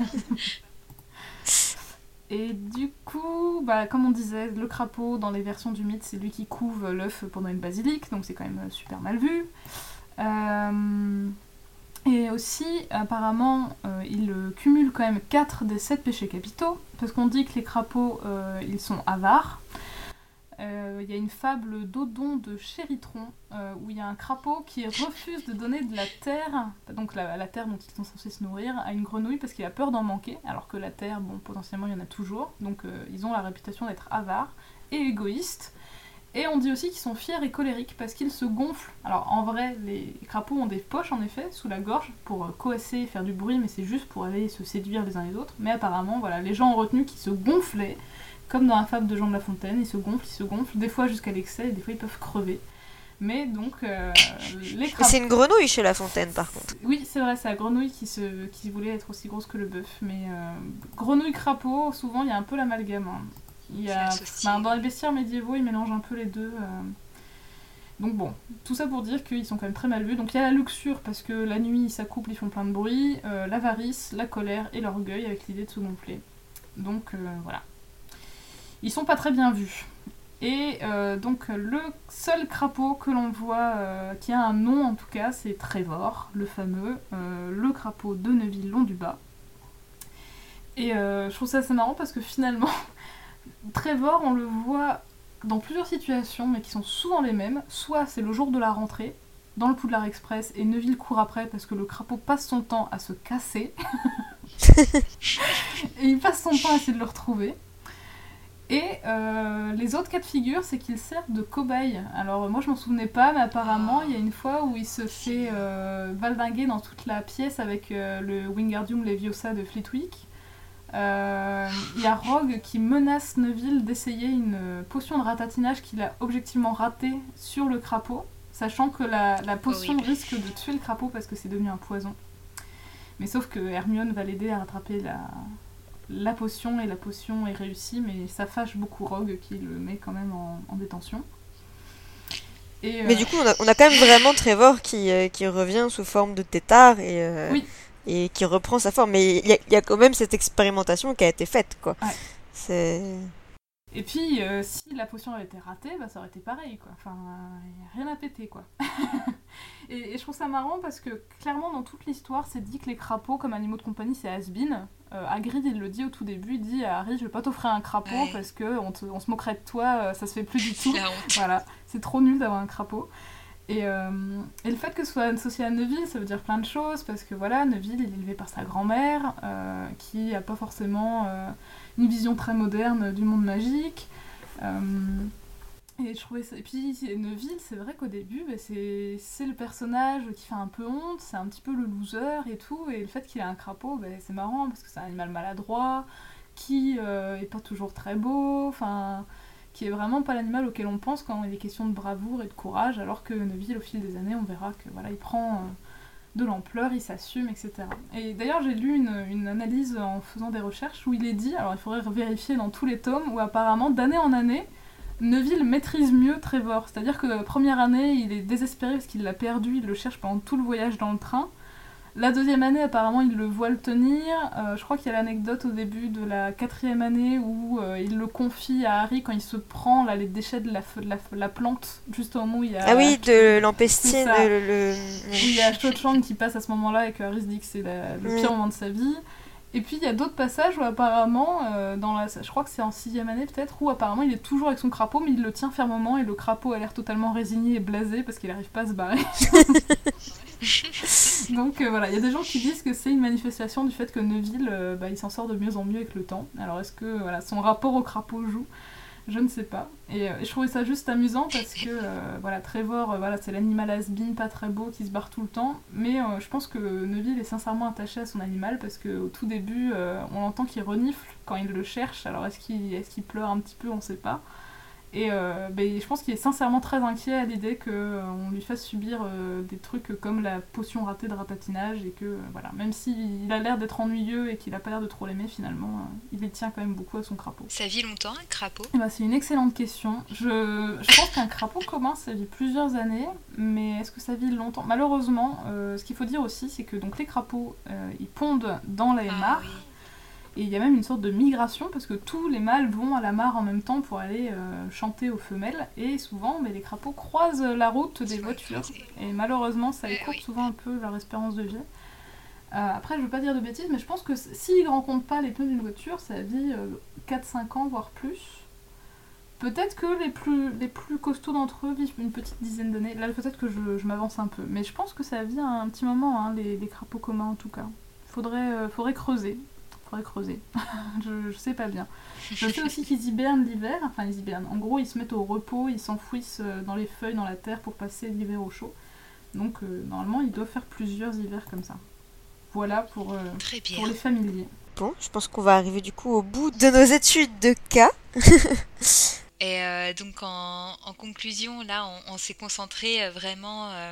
Et du coup, bah, comme on disait, le crapaud, dans les versions du mythe, c'est lui qui couve l'œuf pendant une basilique, donc c'est quand même super mal vu. Euh... Et aussi, apparemment, euh, il cumule quand même quatre des sept péchés capitaux, parce qu'on dit que les crapauds, euh, ils sont avares. Il euh, y a une fable d'Odon de Chéritron, euh, où il y a un crapaud qui refuse de donner de la terre, donc la, la terre dont ils sont censés se nourrir, à une grenouille parce qu'il a peur d'en manquer, alors que la terre, bon, potentiellement, il y en a toujours. Donc euh, ils ont la réputation d'être avares et égoïstes. Et on dit aussi qu'ils sont fiers et colériques parce qu'ils se gonflent. Alors en vrai, les crapauds ont des poches en effet, sous la gorge, pour euh, coasser et faire du bruit, mais c'est juste pour aller se séduire les uns les autres. Mais apparemment, voilà, les gens ont retenu qu'ils se gonflaient, comme dans la fable de Jean de La Fontaine, ils se gonflent, ils se gonflent, des fois jusqu'à l'excès, et des fois ils peuvent crever. Mais donc, euh, les crapauds... C'est une grenouille chez La Fontaine, par contre. Oui, c'est vrai, c'est la grenouille qui, se... qui voulait être aussi grosse que le bœuf. Mais euh, grenouille-crapaud, souvent, il y a un peu l'amalgame. Hein. Il y a... ben, dans les bestiaires médiévaux, ils mélangent un peu les deux. Euh... Donc bon, tout ça pour dire qu'ils sont quand même très mal vus. Donc il y a la luxure, parce que la nuit, ils s'accouplent, ils font plein de bruit. Euh, l'avarice, la colère et l'orgueil, avec l'idée de se gonfler. Donc euh, voilà. Ils sont pas très bien vus. Et euh, donc le seul crapaud que l'on voit, euh, qui a un nom en tout cas, c'est Trevor, le fameux, euh, le crapaud de Neuville-Long-du-Bas. Et euh, je trouve ça assez marrant parce que finalement, Trevor, on le voit dans plusieurs situations, mais qui sont souvent les mêmes. Soit c'est le jour de la rentrée, dans le Poudlard Express, et Neuville court après parce que le crapaud passe son temps à se casser. Et il passe son temps à essayer de le retrouver. Et euh, les autres cas de figure, c'est qu'il sert de cobaye. Alors moi je m'en souvenais pas, mais apparemment il y a une fois où il se fait euh, valdinguer dans toute la pièce avec euh, le Wingardium Leviosa de Flitwick. Euh, il y a Rogue qui menace Neville d'essayer une potion de ratatinage qu'il a objectivement ratée sur le crapaud, sachant que la, la potion Horrible. risque de tuer le crapaud parce que c'est devenu un poison. Mais sauf que Hermione va l'aider à rattraper la... la potion, et la potion est réussie, mais ça fâche beaucoup Rogue qui le met quand même en, en détention. Et, Mais euh, du coup, on a, on a quand même vraiment Trevor qui, euh, qui revient sous forme de tétard et, euh, Oui. et qui reprend sa forme. Mais il y, a- il y a quand même cette expérimentation qui a été faite, quoi. Ouais. C'est... Et puis, euh, si la potion avait été ratée, bah, ça aurait été pareil, quoi. Enfin, il n'y a rien à péter, quoi. et, et je trouve ça marrant parce que, clairement, dans toute l'histoire, c'est dit que les crapauds, comme animaux de compagnie, c'est has-been. Euh, Hagrid, il le dit au tout début, il dit à Harry, je vais pas t'offrir un crapaud Ouais. parce qu'on on se moquerait de toi, euh, ça se fait plus du tout. La honte. Voilà, c'est trop nul d'avoir un crapaud. Et, euh, et le fait que ce soit associé à Neville, ça veut dire plein de choses, parce que voilà, Neville, il est élevé par sa grand-mère, euh, qui a pas forcément euh, une vision très moderne du monde magique. Euh, et je trouvais ça... Et puis Neville, c'est vrai qu'au début, bah, c'est... c'est le personnage qui fait un peu honte, c'est un petit peu le loser et tout, et le fait qu'il ait un crapaud, bah, c'est marrant, parce que c'est un animal maladroit, qui euh, est pas toujours très beau, enfin... qui est vraiment pas l'animal auquel on pense quand il est question de bravoure et de courage, alors que Neville, au fil des années, on verra que voilà, il prend euh, de l'ampleur, il s'assume, et cetera. Et d'ailleurs, j'ai lu une, une analyse en faisant des recherches où il est dit, alors il faudrait vérifier dans tous les tomes, où apparemment, d'année en année, Neville maîtrise mieux Trevor. C'est-à-dire que la première année, il est désespéré parce qu'il l'a perdu, il le cherche pendant tout le voyage dans le train. La deuxième année, apparemment, il le voit le tenir. Euh, je crois qu'il y a l'anecdote au début de la quatrième année où euh, il le confie à Harry quand il se prend là, les déchets de la, de la, de la plante, juste au moment où il y a... Ah oui, de l'empestine, C'est ça. le... le- Où il y a Cho Chang qui passe à ce moment-là et que Harry se dit que c'est la- le Oui. pire moment de sa vie. Et puis il y a d'autres passages où apparemment, euh, dans la, je crois que c'est en sixième année peut-être, où apparemment il est toujours avec son crapaud, mais il le tient fermement et le crapaud a l'air totalement résigné et blasé parce qu'il n'arrive pas à se barrer. Donc euh, voilà, il y a des gens qui disent que c'est une manifestation du fait que Neville, euh, bah, il s'en sort de mieux en mieux avec le temps. Alors est-ce que voilà, son rapport au crapaud joue ? Je ne sais pas. Et, euh, et je trouvais ça juste amusant parce que euh, voilà, Trevor, euh, voilà, c'est l'animal has-been, pas très beau, qui se barre tout le temps. Mais euh, je pense que Neville est sincèrement attaché à son animal parce qu'au tout début, euh, on entend qu'il renifle quand il le cherche. Alors est-ce qu'il, est-ce qu'il pleure un petit peu ? On ne sait pas. Et euh, ben, je pense qu'il est sincèrement très inquiet à l'idée qu'on euh, lui fasse subir euh, des trucs comme la potion ratée de rapatinage et que, euh, voilà, même s'il a l'air d'être ennuyeux et qu'il a pas l'air de trop l'aimer finalement, euh, il y tient quand même beaucoup à son crapaud. Ça vit longtemps, un crapaud ? Eh ben, c'est une excellente question. Je, je pense qu'un crapaud commun, ça vit plusieurs années, mais est-ce que ça vit longtemps ? Malheureusement, euh, ce qu'il faut dire aussi, c'est que donc, les crapauds, euh, ils pondent dans la mare. Ah oui. Et il y a même une sorte de migration parce que tous les mâles vont à la mare en même temps pour aller euh, chanter aux femelles. Et souvent, mais les crapauds croisent la route des voitures. Et malheureusement, ça écourte oui. souvent un peu leur espérance de vie. Euh, après, je veux pas dire de bêtises, mais je pense que s'ils ne rencontrent pas les pneus d'une voiture, ça vit euh, quatre à cinq ans, voire plus. Peut-être que les plus, les plus costauds d'entre eux vivent une petite dizaine d'années. Là, peut-être que je, je m'avance un peu. Mais je pense que ça vit un, un petit moment, hein, les, les crapauds communs en tout cas. Faudrait, euh, faudrait creuser. Faudrait creuser. je, je sais pas bien. Je sais aussi qu'ils hibernent l'hiver. Enfin, ils hibernent. En gros, ils se mettent au repos, ils s'enfouissent dans les feuilles, dans la terre pour passer l'hiver au chaud. Donc, euh, normalement, ils doivent faire plusieurs hivers comme ça. Voilà pour, euh, Très bien. pour les familiers. Bon, je pense qu'on va arriver du coup au bout de nos études de cas. Et euh, donc en, en conclusion, là, on, on s'est concentré euh, vraiment euh,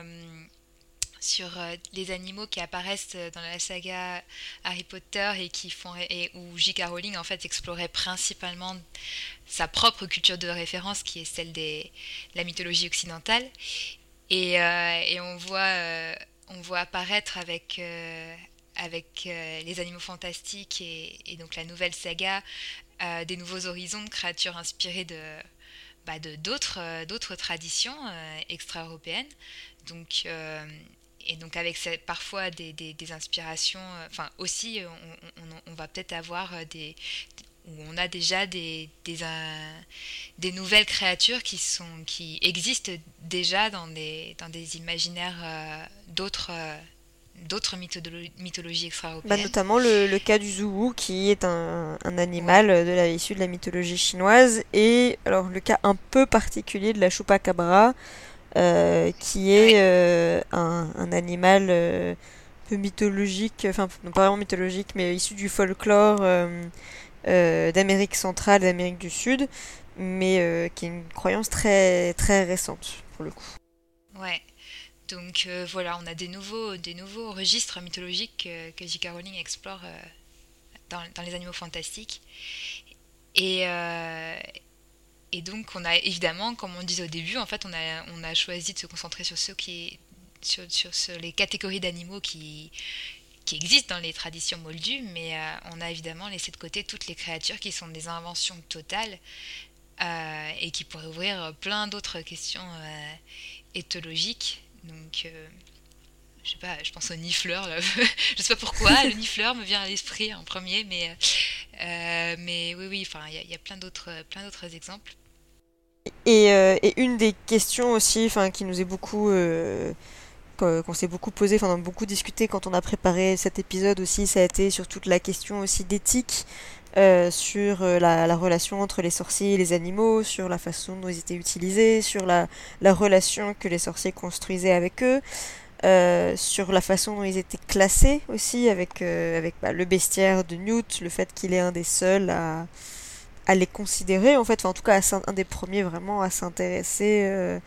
sur euh, les animaux qui apparaissent dans la saga Harry Potter et qui font et où J K Rowling en fait explorait principalement sa propre culture de référence qui est celle des de la mythologie occidentale et, euh, et on voit euh, on voit apparaître avec euh, avec euh, les animaux fantastiques et, et donc la nouvelle saga euh, des nouveaux horizons de créatures inspirées de bah, de d'autres euh, d'autres traditions euh, extra-européennes donc euh, et donc avec cette, parfois des, des, des inspirations, enfin euh, aussi on, on, on va peut-être avoir des, où on a déjà des, des, euh, des nouvelles créatures qui, sont, qui existent déjà dans des, dans des imaginaires euh, d'autres, euh, d'autres mytholo- mythologies extra-européennes. Bah, notamment le, le cas du Zhuwu qui est un, un animal de la, issu de la mythologie chinoise et alors le cas un peu particulier de la chupacabra. Euh, qui est euh, un, un animal euh, un peu mythologique, enfin non pas vraiment mythologique, mais issu du folklore euh, euh, d'Amérique centrale et d'Amérique du Sud, mais euh, qui est une croyance très, très récente pour le coup. Ouais, donc euh, voilà, on a des nouveaux, des nouveaux registres mythologiques euh, que J K Rowling explore euh, dans, dans les animaux fantastiques. Et... Euh, Et donc, on a évidemment, comme on disait au début, en fait, on a, on a choisi de se concentrer sur, ceux qui, sur, sur, sur les catégories d'animaux qui, qui existent dans les traditions moldues, mais euh, on a évidemment laissé de côté toutes les créatures qui sont des inventions totales euh, et qui pourraient ouvrir plein d'autres questions euh, éthologiques. Donc, euh, je sais pas, je pense au nifleur, là. Je sais pas pourquoi, le nifleur me vient à l'esprit en premier, mais, euh, mais oui, oui, enfin, il y, y a plein d'autres, plein d'autres exemples. Et, euh, et une des questions aussi, enfin, qui nous est beaucoup, euh, qu'on s'est beaucoup posé, enfin, on a beaucoup discuté quand on a préparé cet épisode aussi, ça a été sur toute la question aussi d'éthique, euh, sur la, la relation entre les sorciers et les animaux, sur la façon dont ils étaient utilisés, sur la, la relation que les sorciers construisaient avec eux. Euh, sur la façon dont ils étaient classés aussi, avec, euh, avec bah, le bestiaire de Newt, le fait qu'il est un des seuls à, à les considérer, en fait, enfin, en tout cas un des premiers vraiment à s'intéresser euh,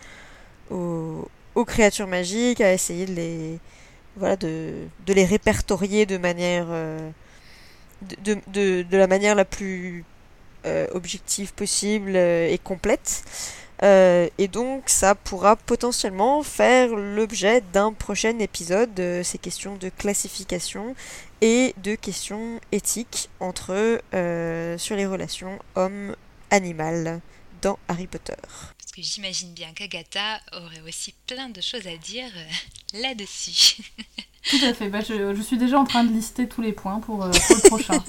aux, aux créatures magiques, à essayer de les, voilà, de, de les répertorier de manière euh, de, de, de, de la manière la plus euh, objective possible euh, et complète. Euh, et donc ça pourra potentiellement faire l'objet d'un prochain épisode, euh, ces questions de classification et de questions éthiques entre euh, sur les relations homme-animal dans Harry Potter. Parce que j'imagine bien qu'Agatha aurait aussi plein de choses à dire euh, là-dessus. Tout à fait, bah, je, je suis déjà en train de lister tous les points pour, euh, pour le prochain.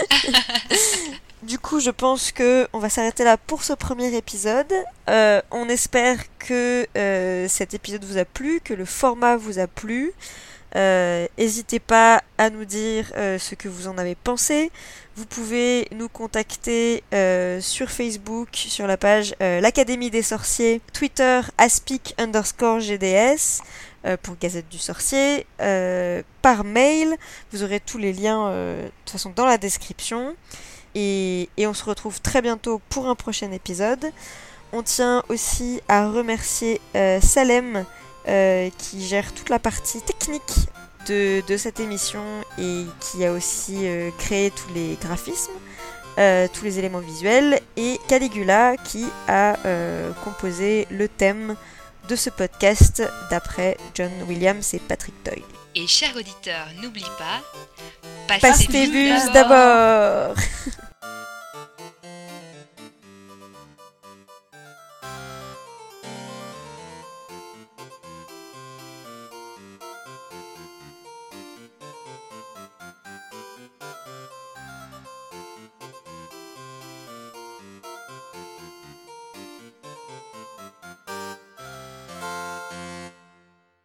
Du coup, je pense que on va s'arrêter là pour ce premier épisode. Euh, on espère que euh, cet épisode vous a plu, que le format vous a plu. Euh, n'hésitez pas à nous dire euh, ce que vous en avez pensé. Vous pouvez nous contacter euh, sur Facebook, sur la page euh, l'Académie des Sorciers, Twitter aspic underscore gds euh, pour Gazette du Sorcier, euh, par mail. Vous aurez tous les liens euh, de toute façon dans la description. Et, et on se retrouve très bientôt pour un prochain épisode. On tient aussi à remercier euh, Salem euh, qui gère toute la partie technique de, de cette émission et qui a aussi euh, créé tous les graphismes, euh, tous les éléments visuels, et Caligula qui a euh, composé le thème de ce podcast d'après John Williams et Patrick Doyle. Et chers auditeurs, n'oublie pas, Passez bus d'abord.